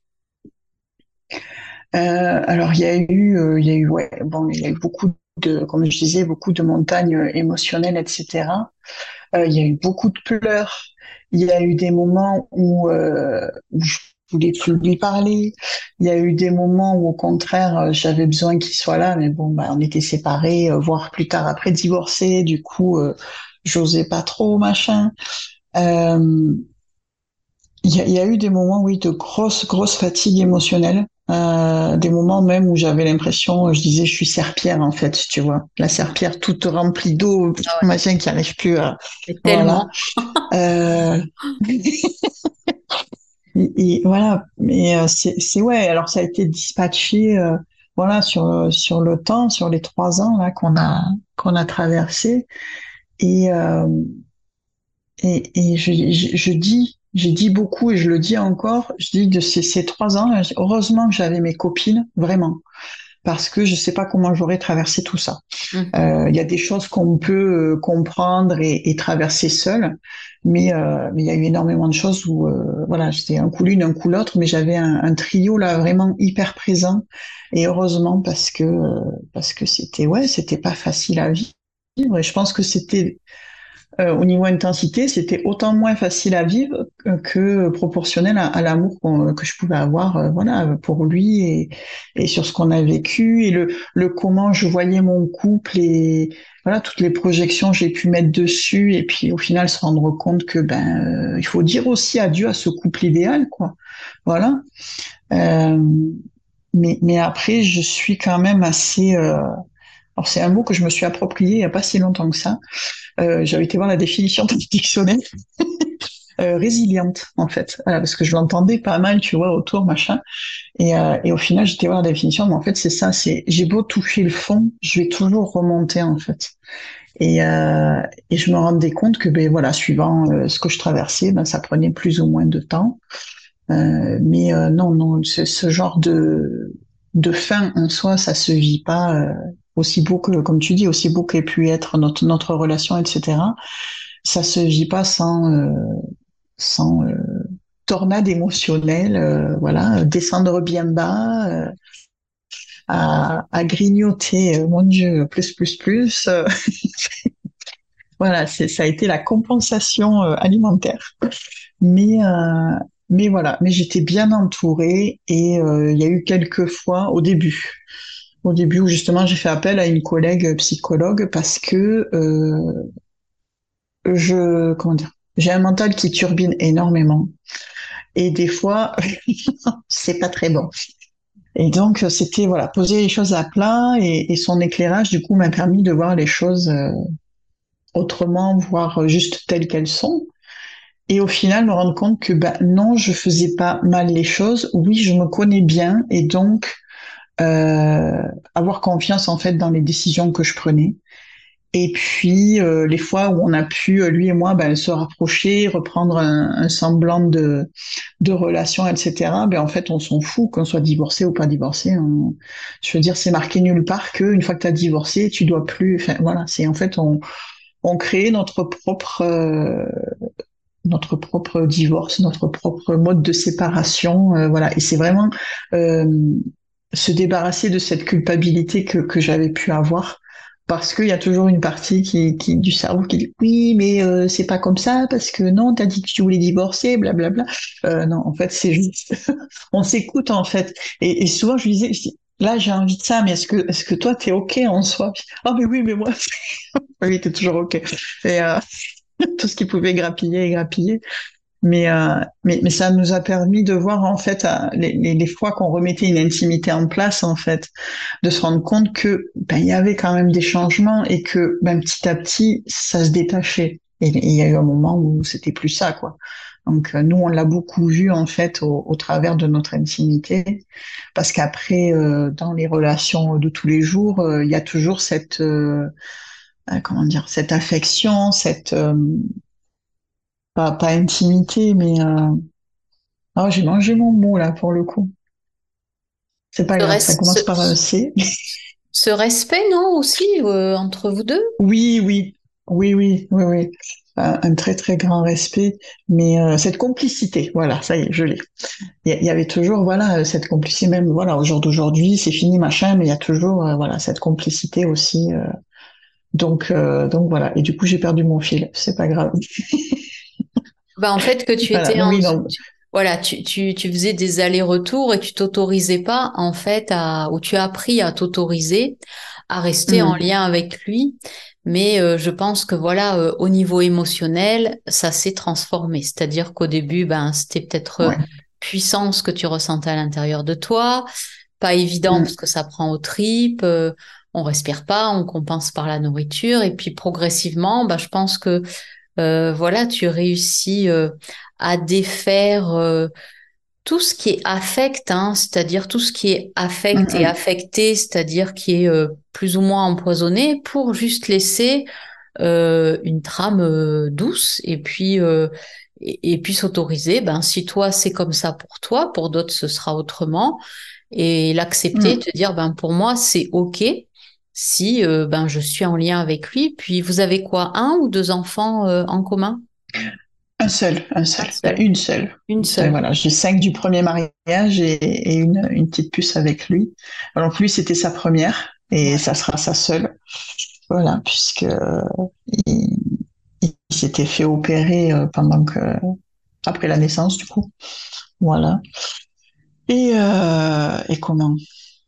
Euh, alors il y a eu, euh, il y a eu, ouais, bon, il y a eu beaucoup de, comme je disais, beaucoup de montagnes euh, émotionnelles, et cetera. Euh, il y a eu beaucoup de pleurs. Il y a eu des moments où, euh, où je voulais plus lui parler. Il y a eu des moments où, au contraire, euh, j'avais besoin qu'il soit là, mais bon, bah, on était séparés, euh, voire plus tard après divorcés. Du coup, euh, j'osais pas trop, machin. Euh, il y a, il y a eu des moments, oui, de grosse, grosse fatigue émotionnelle. Euh, des moments même où j'avais l'impression, je disais, je suis serpillère en fait, tu vois, la serpillère toute remplie d'eau, Ah ouais. machin qui n'arrive plus à, Mais voilà. tellement. Euh, et, et voilà, mais euh, c'est, c'est ouais. Alors ça a été dispatché, euh, voilà, sur sur le temps, sur les trois ans là qu'on a qu'on a traversé. Et euh, et, et je, je, je dis, j'ai dit beaucoup et je le dis encore. Je dis de ces, ces trois ans, heureusement que j'avais mes copines, vraiment, parce que je sais pas comment j'aurais traversé tout ça. Mhm. Euh, Il y a des choses qu'on peut euh, comprendre et, et traverser seul, mais euh, mais il y a eu énormément de choses où euh, voilà, j'étais un coup l'une, un coup l'autre, mais j'avais un, un trio là vraiment hyper présent et heureusement parce que euh, parce que c'était ouais, c'était pas facile à vivre et je pense que c'était euh, au niveau intensité, c'était autant moins facile à vivre que, que proportionnel à, à l'amour qu'on- que je pouvais avoir, euh, voilà, pour lui et, et sur ce qu'on a vécu et le, le comment je voyais mon couple et voilà toutes les projections que j'ai pu mettre dessus et puis au final se rendre compte que ben euh, il faut dire aussi adieu à ce couple idéal, quoi. Voilà. Euh, mais mais après, je suis quand même assez. Euh, alors c'est un mot que je me suis approprié il n'y a pas si longtemps que ça. Euh, j'avais été voir la définition dans le dictionnaire. Euh, résiliente, en fait. Voilà, parce que je l'entendais pas mal, tu vois, autour, machin. Et, euh, et au final, j'étais voir la définition, mais en fait, c'est ça, c'est j'ai beau toucher le fond, je vais toujours remonter, en fait. Et, euh, et je me rendais compte que, ben voilà, suivant euh, ce que je traversais, ben, ça prenait plus ou moins de temps. Euh, mais euh, non, non, ce, ce genre de, de fin en soi, ça se vit pas euh, aussi beau que, comme tu dis, aussi beau qu'ait pu être notre, notre relation, et cetera. Ça se vit pas sans, euh, sans euh, tornade émotionnelle, euh, voilà, descendre bien bas, euh, à, à grignoter, euh, mon Dieu, plus, plus, plus. euh, voilà, c'est, ça a été la compensation euh, alimentaire. Mais, euh, mais voilà, mais j'étais bien entourée et euh, il y a eu quelques fois au début, au début où justement j'ai fait appel à une collègue psychologue parce que euh, je, comment dire, j'ai un mental qui turbine énormément et des fois c'est pas très bon. Et donc c'était voilà poser les choses à plat et, et son éclairage du coup m'a permis de voir les choses euh, autrement, voire juste telles qu'elles sont. Et au final, me rendre compte que bah, non, je faisais pas mal les choses. Oui, je me connais bien et donc euh, avoir confiance en fait dans les décisions que je prenais. Et puis euh, les fois où on a pu, euh, lui et moi, ben, se rapprocher, reprendre un, un semblant de, de relation, et cetera. Ben en fait, on s'en fout qu'on soit divorcé ou pas divorcé. On- je veux dire, c'est marqué nulle part que une fois que tu as divorcé, tu dois plus. Enfin voilà, c'est en fait on on crée notre propre euh, notre propre divorce, notre propre mode de séparation, euh, voilà. Et c'est vraiment, euh, se débarrasser de cette culpabilité que, que j'avais pu avoir. Parce qu'il y a toujours une partie qui, qui, du cerveau qui dit oui, mais euh, c'est pas comme ça, parce que non, t'as dit que tu voulais divorcer, blablabla. Euh, non, en fait, c'est juste, on s'écoute en fait. Et, et souvent, je lui disais, je dis, là, j'ai envie de ça, mais est-ce que, est-ce que toi, t'es OK en soi? Ah, mais oui, mais moi, oui, t'es toujours OK. Et euh, tout ce qui pouvait grappiller et grappiller. Mais, euh, mais, mais ça nous a permis de voir en fait euh, les, les, les fois qu'on remettait une intimité en place en fait, de se rendre compte que ben, il y avait quand même des changements et que ben, petit à petit ça se détachait. Et et il y a eu un moment où c'était plus ça quoi. Donc euh, nous on l'a beaucoup vu en fait au, au travers de notre intimité, parce qu'après euh, dans les relations de tous les jours euh, il y a toujours cette euh, euh, comment dire cette affection, cette euh, pas, pas intimité mais euh, ah, j'ai mangé mon mot là pour le coup. C'est pas Ce, grave, ça res- ce, commence par un C. ce respect, non, aussi, euh, entre vous deux? Oui, oui, oui, oui, oui, oui. Un, un très très grand respect, mais euh, cette complicité, voilà, ça y est, je l'ai. Il y, a- il y avait toujours, voilà, cette complicité même, voilà, au jour d'aujourd'hui, c'est fini, machin, mais il y a toujours, euh, voilà, cette complicité aussi. euh. donc, euh, donc voilà. Et du coup, j'ai perdu mon fil. C'est pas grave. Bah, en fait, que tu Voilà. étais Non, en, oui, non. tu- voilà, tu, tu, tu faisais des allers-retours et tu t'autorisais pas, en fait, à, ou tu as appris à t'autoriser à rester en Hum, lien avec lui. Mais euh, je pense que voilà, euh, au niveau émotionnel, ça s'est transformé. C'est-à-dire qu'au début, ben, c'était peut-être euh, ouais. puissant ce que tu ressentais à l'intérieur de toi, pas évident parce Hum, que ça prend aux tripes, euh, on respire pas, on compense par la nourriture, et puis progressivement, ben, je pense que euh, voilà, tu réussis euh, à défaire euh, tout ce qui est affect, hein, c'est-à-dire tout ce qui est hum, affect et hum, affecté, c'est-à-dire qui est euh, plus ou moins empoisonné, pour juste laisser euh, une trame euh, douce et puis euh, et, et puis s'autoriser. Ben si toi c'est comme ça pour toi, pour d'autres ce sera autrement, et l'accepter, hum. te dire ben pour moi c'est ok si euh, ben je suis en lien avec lui. Puis vous avez quoi, un ou deux enfants euh, en commun? Un seul, un Un seul, ben, seul. une seule. Une Une seule, seule. voilà. J'ai cinq du premier mariage et, et une, une petite puce avec lui. Alors lui, c'était sa première et Ouais. ça sera sa seule. Voilà, puisque euh, il, il s'était fait opérer euh, pendant que après la naissance, du coup. Voilà. Et, euh, et comment?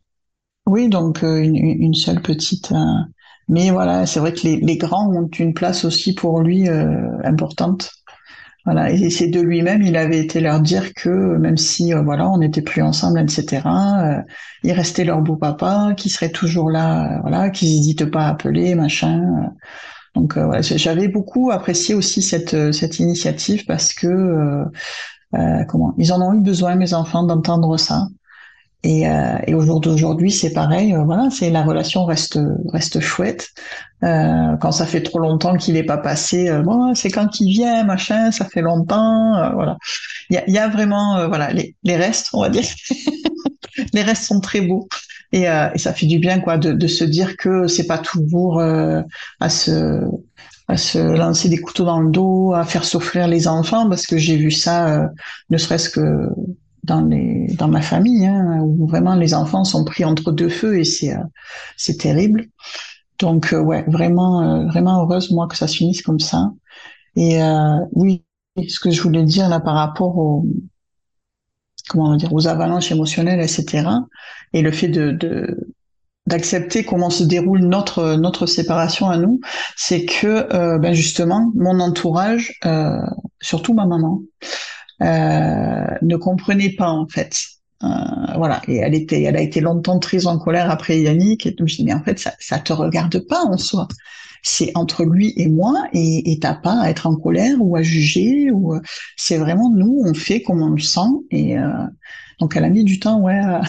Oui, donc euh, une, une seule petite. euh, mais voilà, c'est vrai que les, les grands ont une place aussi pour lui euh, importante. Voilà, et c'est de lui-même, il avait été leur dire que même si euh, voilà, on n'était plus ensemble, et cetera, euh, il restait leur beau papa, qui serait toujours là, euh, voilà, qu'ils n'hésitent pas à appeler, machin. euh. Donc euh, voilà, j'avais beaucoup apprécié aussi cette euh, cette initiative parce que euh, euh, comment, ils en ont eu besoin, mes enfants, d'entendre ça. Et, euh, et au jour d'aujourd'hui, c'est pareil. euh, voilà, c'est la relation reste reste chouette. Euh, quand ça fait trop longtemps qu'il n'est pas passé, euh, bon, c'est quand il vient, machin, ça fait longtemps. euh, voilà, il y a, il y a vraiment, euh, voilà, les, les restes, on va dire, les restes sont très beaux. Et, euh, et ça fait du bien, quoi, de, de se dire que c'est pas toujours euh, à se à se lancer des couteaux dans le dos, à faire souffrir les enfants, parce que j'ai vu ça, euh, ne serait-ce que dans les dans ma famille, hein, où vraiment les enfants sont pris entre deux feux et c'est euh, c'est terrible. Donc euh, ouais, vraiment euh, vraiment heureuse moi que ça se finisse comme ça. Et euh, oui, ce que je voulais dire là par rapport au comment on va dire aux avalanches émotionnelles, et cetera. Et le fait de, de d'accepter comment se déroule notre notre séparation à nous, c'est que euh, ben justement mon entourage, euh, surtout ma maman, euh, ne comprenait pas en fait. Euh, voilà, et elle était, elle a été longtemps très en colère après Yannick. Et je me dis mais en fait ça, ça te regarde pas en soi. C'est entre lui et moi et et t'as pas à être en colère ou à juger ou euh, c'est vraiment nous on fait comme on le sent et euh, donc elle a mis du temps ouais à,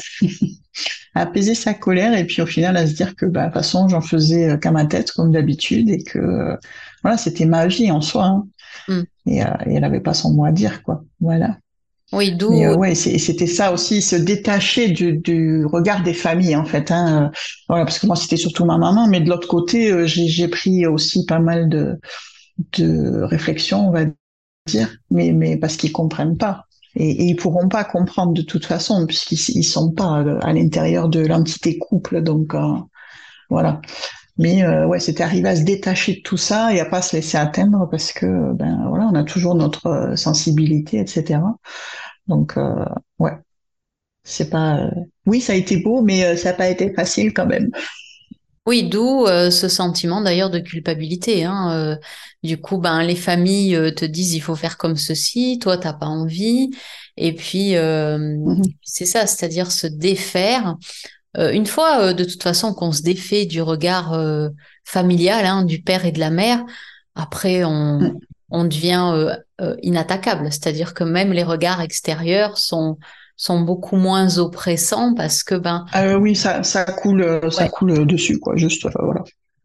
à apaiser sa colère et puis au final à se dire que bah de toute façon j'en faisais euh, qu'à ma tête comme d'habitude et que euh, voilà c'était ma vie en soi hein. Mm. et, euh, et elle avait pas son mot à dire quoi voilà. Oui, Mais d'où euh, ouais, c'est- c'était ça aussi, se détacher du, du regard des familles en fait. Hein. Euh, Voilà, parce que moi c'était surtout ma maman, mais de l'autre côté, euh, j'ai j'ai pris aussi pas mal de de réflexions, on va dire, mais mais parce qu'ils comprennent pas. Et, et ils pourront pas comprendre de toute façon, puisqu'ils ils sont pas à l'intérieur de l'entité couple. Donc, euh, voilà. Mais euh, ouais, c'était arrivé à se détacher de tout ça et à pas se laisser atteindre parce que ben voilà, on a toujours notre euh, sensibilité, et cetera. Donc euh, ouais, c'est pas. euh, Oui, ça a été beau, mais euh, ça n'a pas été facile quand même. Oui, d'où euh, ce sentiment d'ailleurs de culpabilité, hein. Euh, du coup, ben, les familles euh, te disent il faut faire comme ceci, toi, t'as pas envie. Et puis, euh, Mhm. c'est ça, c'est-à-dire se défaire. Euh, une fois, euh, de toute façon, qu'on se défait du regard euh, familial, hein, du père et de la mère, après, on, Mhm. on devient euh, euh, inattaquable. C'est-à-dire que même les regards extérieurs sont, sont beaucoup moins oppressants parce que, ben, Euh, oui, ça, ça coule, euh, ça ouais. coule dessus, quoi. Juste, euh, voilà.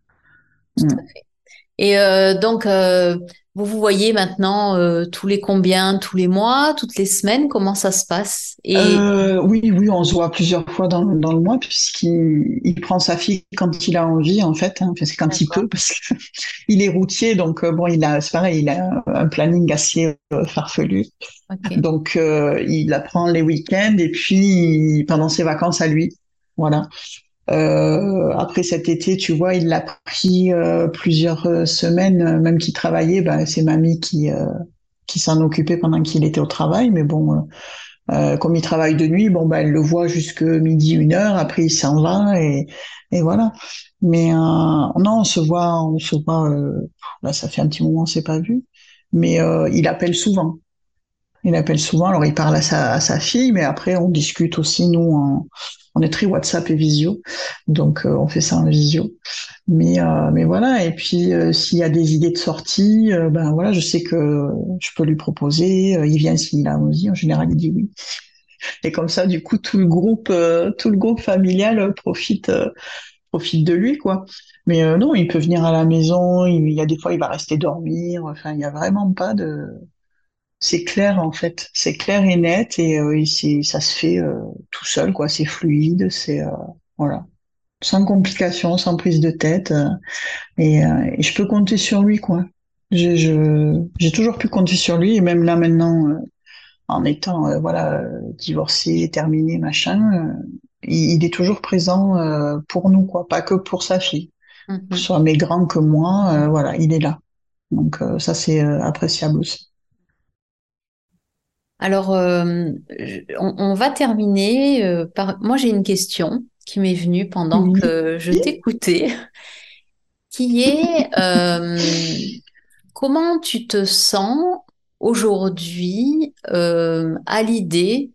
Mm. Et euh, donc, euh, vous vous voyez maintenant euh, tous les combien, tous les mois, toutes les semaines, comment ça se passe? Et Euh, oui, oui, on se voit plusieurs fois dans, dans le mois puisqu'il il prend sa fille quand il a envie, en fait, hein. Enfin, c'est quand il d'accord, peut parce qu'il est routier, donc euh, bon, il a, c'est pareil, il a un planning assez euh, farfelu. ok. Donc, euh, il la prend les week-ends et puis pendant ses vacances à lui. Voilà. Euh, après cet été, tu vois, il l'a pris euh, plusieurs euh, semaines, euh, même qu'il travaillait, ben, c'est mamie qui, euh, qui s'en occupait pendant qu'il était au travail. Mais bon, euh, euh, comme il travaille de nuit, bon, ben, elle le voit jusque midi, une heure. Après, il s'en va et, et voilà. Mais euh, non, on se voit, on se voit. Euh, là, ça fait un petit moment, on s'est pas vu. Mais euh, il appelle souvent. Il appelle souvent, alors il parle à sa, à sa fille, mais après on discute aussi, nous, en, on est très WhatsApp et visio, donc euh, on fait ça en visio. Mais, euh, mais voilà, et puis euh, s'il y a des idées de sortie, euh, ben voilà, je sais que je peux lui proposer, euh, il vient s'il a envie, en général il dit oui. Et comme ça, du coup, tout le groupe, euh, tout le groupe familial euh, profite, euh, profite de lui, quoi. Mais euh, non, il peut venir à la maison, il, il y a des fois il va rester dormir, enfin il n'y a vraiment pas de c'est clair en fait, c'est clair et net et, euh, et c'est, ça se fait euh, tout seul quoi, c'est fluide, c'est euh, voilà, sans complications, sans prise de tête euh, et, euh, et je peux compter sur lui quoi. J'ai je, j'ai toujours pu compter sur lui et même là maintenant euh, en étant euh, voilà euh, divorcé, terminé machin, euh, il, il est toujours présent euh, pour nous quoi, pas que pour sa fille, que ce Mhm. soit mes grands que moi, euh, voilà, il est là. Donc euh, ça c'est euh, appréciable aussi. Alors, euh, je- on, on va terminer euh, par... Moi, j'ai une question qui m'est venue pendant Oui. que je t'écoutais, qui est euh, comment tu te sens aujourd'hui euh, à l'idée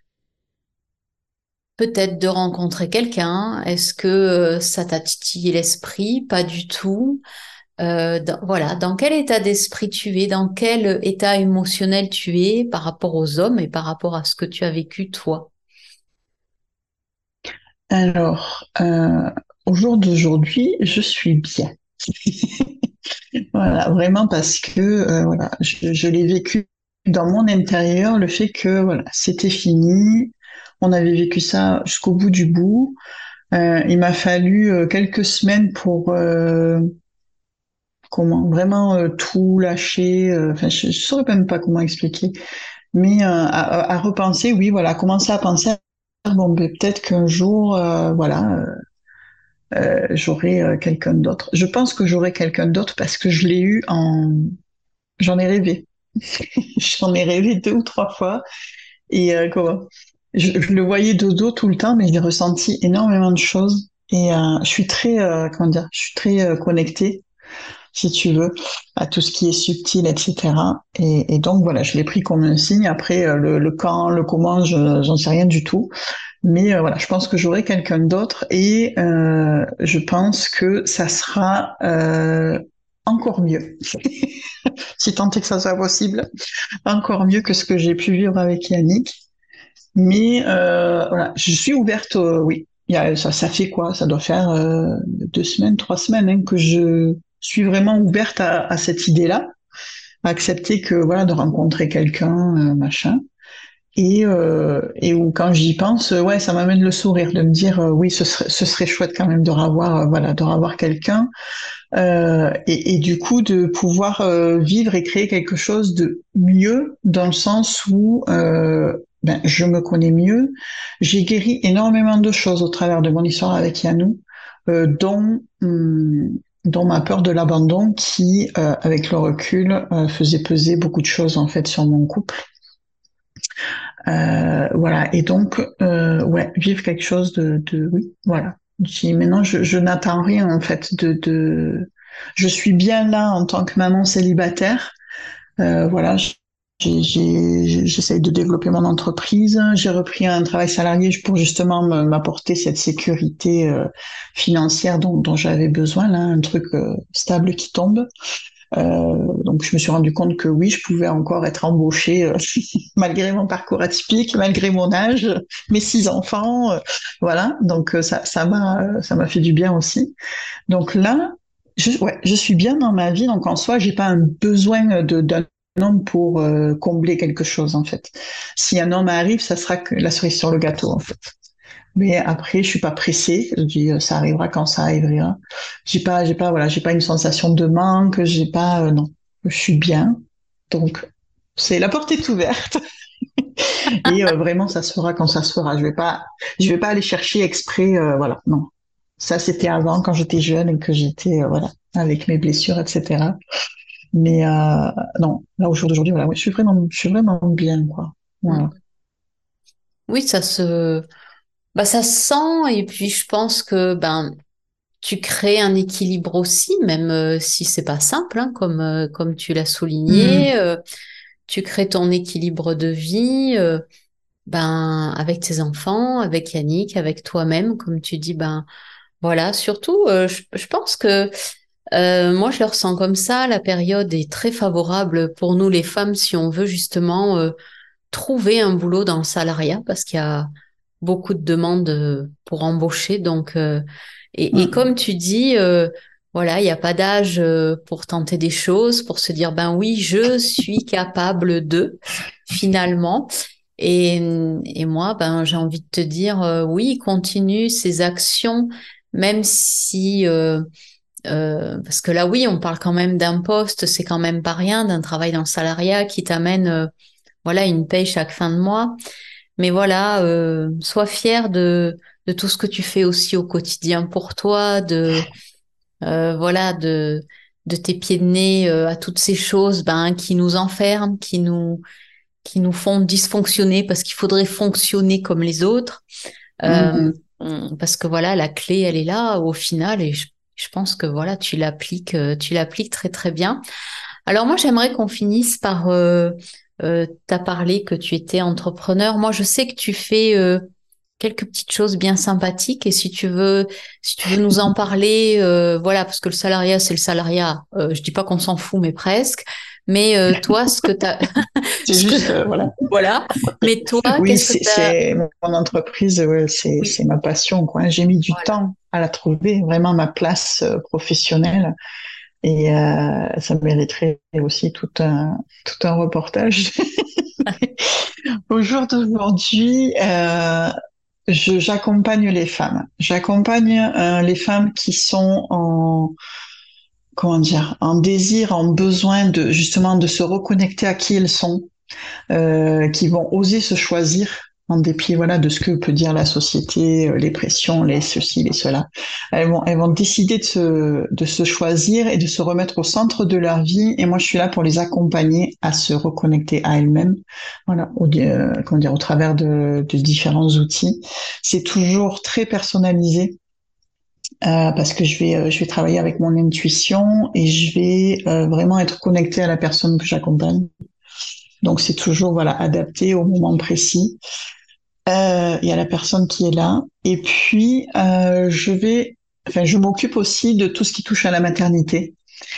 peut-être de rencontrer quelqu'un? Est-ce que euh, ça t'a titillé l'esprit? Pas du tout. Euh, dans- voilà, dans quel état d'esprit tu es, dans quel état émotionnel tu es par rapport aux hommes et par rapport à ce que tu as vécu toi. Alors, euh, au jour d'aujourd'hui, je suis bien. Voilà, vraiment parce que euh, voilà, je, je l'ai vécu dans mon intérieur, le fait que voilà, c'était fini. On avait vécu ça jusqu'au bout du bout. Euh, il m'a fallu euh, quelques semaines pour euh, comment vraiment euh, tout lâcher. euh, Enfin, je, je saurais même pas comment expliquer, mais euh, à, à repenser, oui, voilà, commencer à penser. Bon, ben, peut-être qu'un jour, euh, voilà. euh, j'aurai euh, quelqu'un d'autre. Je pense que j'aurai quelqu'un d'autre parce que je l'ai eu en... J'en ai rêvé. J'en ai rêvé deux ou trois fois. Et euh, comment je, je le voyais de dos tout le temps, mais j'ai ressenti énormément de choses. Et euh, je suis très, euh, comment dire, je suis très euh, connectée, si tu veux, à tout ce qui est subtil, et cetera. Et, et donc voilà, je l'ai pris comme un signe. Après, euh, le, le quand, le comment, je, j'en sais rien du tout. Mais euh, voilà, je pense que j'aurai quelqu'un d'autre et euh, je pense que ça sera euh, encore mieux, si tant est que ça soit possible, encore mieux que ce que j'ai pu vivre avec Yannick. Mais euh, voilà, je suis ouverte, au- oui. Il y a, ça, ça fait quoi? Ça doit faire euh, deux semaines, trois semaines hein, que je suis vraiment ouverte à, à cette idée-là, à accepter que voilà, de rencontrer quelqu'un, euh, machin. Et, euh, et où quand j'y pense, euh, ouais, ça m'amène le sourire de me dire euh, oui, ce serait, ce serait chouette quand même de revoir, euh, voilà, de revoir quelqu'un. Euh, et, et du coup de pouvoir euh, vivre et créer quelque chose de mieux dans le sens où euh, ben, je me connais mieux. J'ai guéri énormément de choses au travers de mon histoire avec Yannou, euh, dont, hum, dont ma peur de l'abandon qui, euh, avec le recul, euh, faisait peser beaucoup de choses en fait sur mon couple. Euh, voilà. Et donc, euh, ouais, vivre quelque chose de, de oui, voilà. J'ai- Maintenant, je, je n'attends rien en fait de, de. Je suis bien là en tant que maman célibataire. Euh, voilà, j'ai, j'ai- j'essaye de développer mon entreprise. J'ai repris un travail salarié pour justement me- m'apporter cette sécurité euh, financière dont, dont j'avais besoin, là, un truc euh, stable qui tombe. Euh, donc, je me suis rendu compte que oui, je pouvais encore être embauchée euh, malgré mon parcours atypique, malgré mon âge, mes six enfants, euh, voilà. Donc, euh, ça, ça m'a, ça m'a fait du bien aussi. Donc là, je, ouais, je suis bien dans ma vie. Donc en soi, j'ai pas un besoin de, d'un homme pour euh, combler quelque chose en fait. Si un homme arrive, ça sera que la cerise sur le gâteau en fait. Mais après, je suis pas pressée. Je dis, euh, ça arrivera quand ça arrivera. J'ai pas, j'ai pas, voilà, j'ai pas une sensation de manque. J'ai pas, euh, non, je suis bien. Donc, c'est la porte est ouverte et euh, vraiment, ça se fera quand ça se fera. Je vais pas, je vais pas aller chercher exprès, euh, voilà, non. Ça, c'était avant quand j'étais jeune et que j'étais, euh, voilà, avec mes blessures, et cetera. Mais euh, non, là au jour d'aujourd'hui, voilà, oui, je suis vraiment, je suis vraiment bien, quoi. Mm. Voilà. Oui, ça se, bah, ça se sent et puis je pense que ben tu crées un équilibre aussi, même euh, si c'est pas simple, hein, comme euh, comme tu l'as souligné. Mhm. Euh, tu crées ton équilibre de vie, euh, ben avec tes enfants, avec Yannick, avec toi-même, comme tu dis, ben voilà. Surtout, euh, je, je pense que euh, moi je le ressens comme ça. La période est très favorable pour nous les femmes si on veut justement euh, trouver un boulot dans le salariat parce qu'il y a beaucoup de demandes euh, pour embaucher. Donc, euh, et, et Mhm. comme tu dis, euh, voilà, il n'y a pas d'âge euh, pour tenter des choses, pour se dire, ben oui, je suis capable de, finalement. Et, et moi, ben, j'ai envie de te dire, euh, oui, continue ces actions, même si, euh, euh, parce que là, oui, on parle quand même d'un poste, c'est quand même pas rien, d'un travail dans le salariat qui t'amène, euh, voilà, une paye chaque fin de mois. Mais voilà, euh, sois fier de, de tout ce que tu fais aussi au quotidien pour toi, de euh, voilà, de, de tes pieds de nez euh, à toutes ces choses ben, qui nous enferment, qui nous, qui nous font dysfonctionner parce qu'il faudrait fonctionner comme les autres. Euh, Mhm. parce que voilà, la clé, elle est là au final et je, je pense que voilà, tu l'appliques, euh, tu l'appliques très très bien. Alors moi, j'aimerais qu'on finisse par, euh, euh, t'as parlé que tu étais entrepreneur. Moi, je sais que tu fais euh, quelques petites choses bien sympathiques et si tu veux, si tu veux nous en parler, euh, voilà, parce que le salariat, c'est le salariat. Euh, je dis pas qu'on s'en fout, mais presque. Mais euh, toi, ce que t'as, C'est ce que, juste, euh, voilà. voilà. Mais toi, Oui, qu'est-ce que c'est, t'as? c'est mon entreprise, ouais, c'est, Oui, c'est ma passion, quoi. J'ai mis du voilà. temps à la trouver, vraiment ma place euh, professionnelle. Et euh, ça mériterait aussi tout un, tout un reportage. Au jour d'aujourd'hui, euh, je, j'accompagne les femmes. J'accompagne euh, les femmes qui sont en, comment dire, en désir, en besoin de justement de se reconnecter à qui elles sont, euh, qui vont oser se choisir en dépit voilà de ce que peut dire la société, euh, les pressions, les ceci, les cela. Elles vont, elles vont décider de se, de se choisir et de se remettre au centre de leur vie. Et moi, je suis là pour les accompagner à se reconnecter à elles-mêmes. Voilà, au, euh, comment dire, au travers de, de différents outils. C'est toujours très personnalisé. Euh, parce que je vais, euh, je vais travailler avec mon intuition et je vais euh, vraiment être connectée à la personne que j'accompagne. Donc c'est toujours voilà adapté au moment précis euh, et à la personne qui est là. Et puis euh, je vais, enfin je m'occupe aussi de tout ce qui touche à la maternité.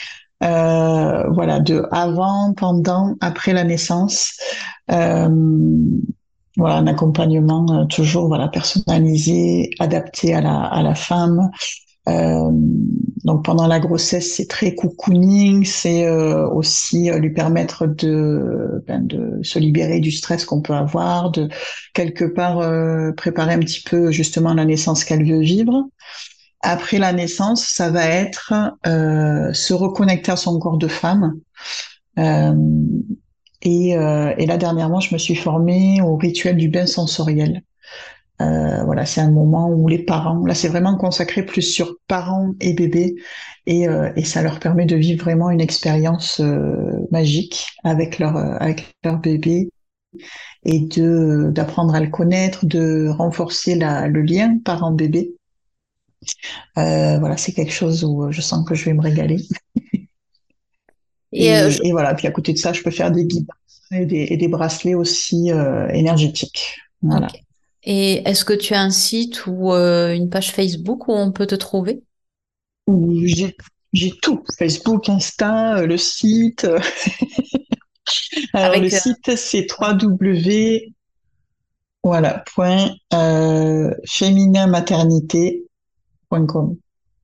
Euh, voilà, de avant, pendant, après la naissance. Euh, voilà, un accompagnement euh, toujours voilà personnalisé, adapté à la à la femme. Euh, donc pendant la grossesse, c'est très cocooning, c'est euh, aussi euh, lui permettre de, ben, de se libérer du stress qu'on peut avoir, de quelque part euh, préparer un petit peu justement la naissance qu'elle veut vivre. après la naissance, ça va être euh, se reconnecter à son corps de femme. Euh, et, euh, et là, dernièrement, je me suis formée au rituel du bain sensoriel. Euh, voilà, c'est un moment où les parents, là, c'est vraiment consacré plus sur parents et bébés, et, euh, et ça leur permet de vivre vraiment une expérience euh, magique avec leur euh, avec leur bébé et de d'apprendre à le connaître, de renforcer la, le lien parent-bébé. Euh, voilà, c'est quelque chose où je sens que je vais me régaler. Et euh, je- Et, et voilà, puis à côté de ça, je peux faire des guides et des, et des bracelets aussi euh, énergétiques. ok. Voilà. Et est-ce que tu as un site ou euh, une page Facebook où on peut te trouver? Où J'ai j'ai tout, Facebook, Insta, euh, le site. Alors le Avec euh, site c'est ouais. www voilà, point, euh, féminin maternité point com.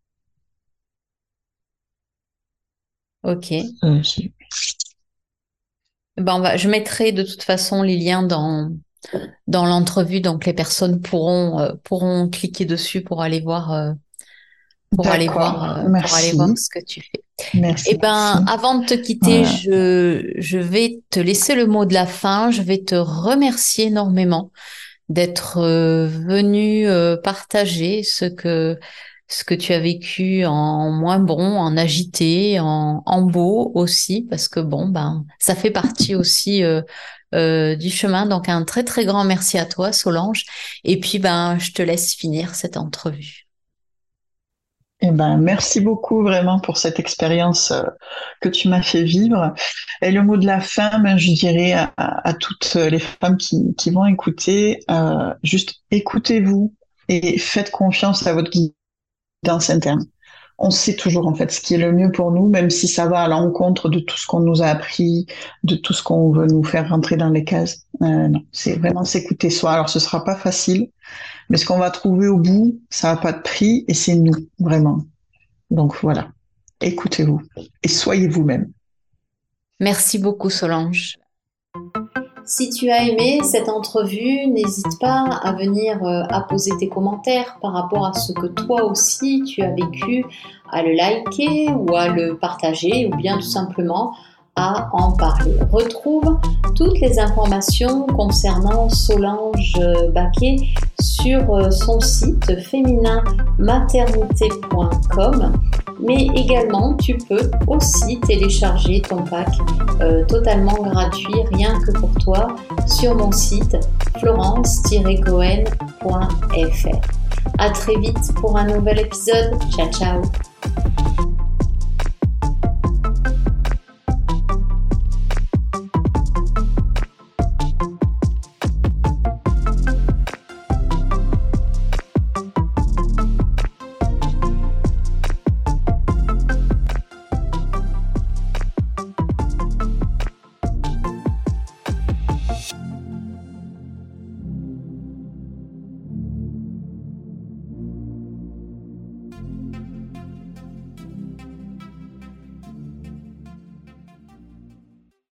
Ok. Euh, c'est- Ben, on va, je mettrai de toute façon les liens dans, dans l'entrevue, donc les personnes pourront, euh, pourront cliquer dessus pour aller voir, euh, pour aller voir, D'accord, euh, pour aller voir merci, ce que tu fais. Eh merci, ben, merci. avant de te quitter, Voilà. je, je vais te laisser le mot de la fin. Je vais te remercier énormément d'être euh, venu euh, partager ce que, ce que tu as vécu en moins bon, en agité, en, en beau aussi, parce que bon, ben, ça fait partie aussi euh, euh, du chemin. Donc, un très, très grand merci à toi, Solange. Et puis, ben, je te laisse finir cette entrevue. Eh ben, merci beaucoup vraiment pour cette expérience euh, que tu m'as fait vivre. Et le mot de la fin, ben, je dirais à, à toutes les femmes qui, qui vont écouter, euh, juste écoutez-vous et faites confiance à votre guidance interne. On sait toujours en fait ce qui est le mieux pour nous, même si ça va à l'encontre de tout ce qu'on nous a appris, de tout ce qu'on veut nous faire rentrer dans les cases. Euh, non, c'est vraiment s'écouter soi. Alors ce sera pas facile, mais ce qu'on va trouver au bout, ça n'a pas de prix et c'est nous, vraiment. Donc voilà, écoutez-vous et soyez vous-même. Merci beaucoup, Solange. Si tu as aimé cette entrevue, n'hésite pas à venir euh, apposer tes commentaires par rapport à ce que toi aussi tu as vécu, à le liker ou à le partager ou bien tout simplement à en parler. Retrouve toutes les informations concernant Solange Baquet sur euh, son site féminin maternité point com, mais également tu peux aussi télécharger ton pack euh, totalement gratuit rien que pour toi sur mon site florence tiret cohen point f r. À très vite pour un nouvel épisode. Ciao ciao.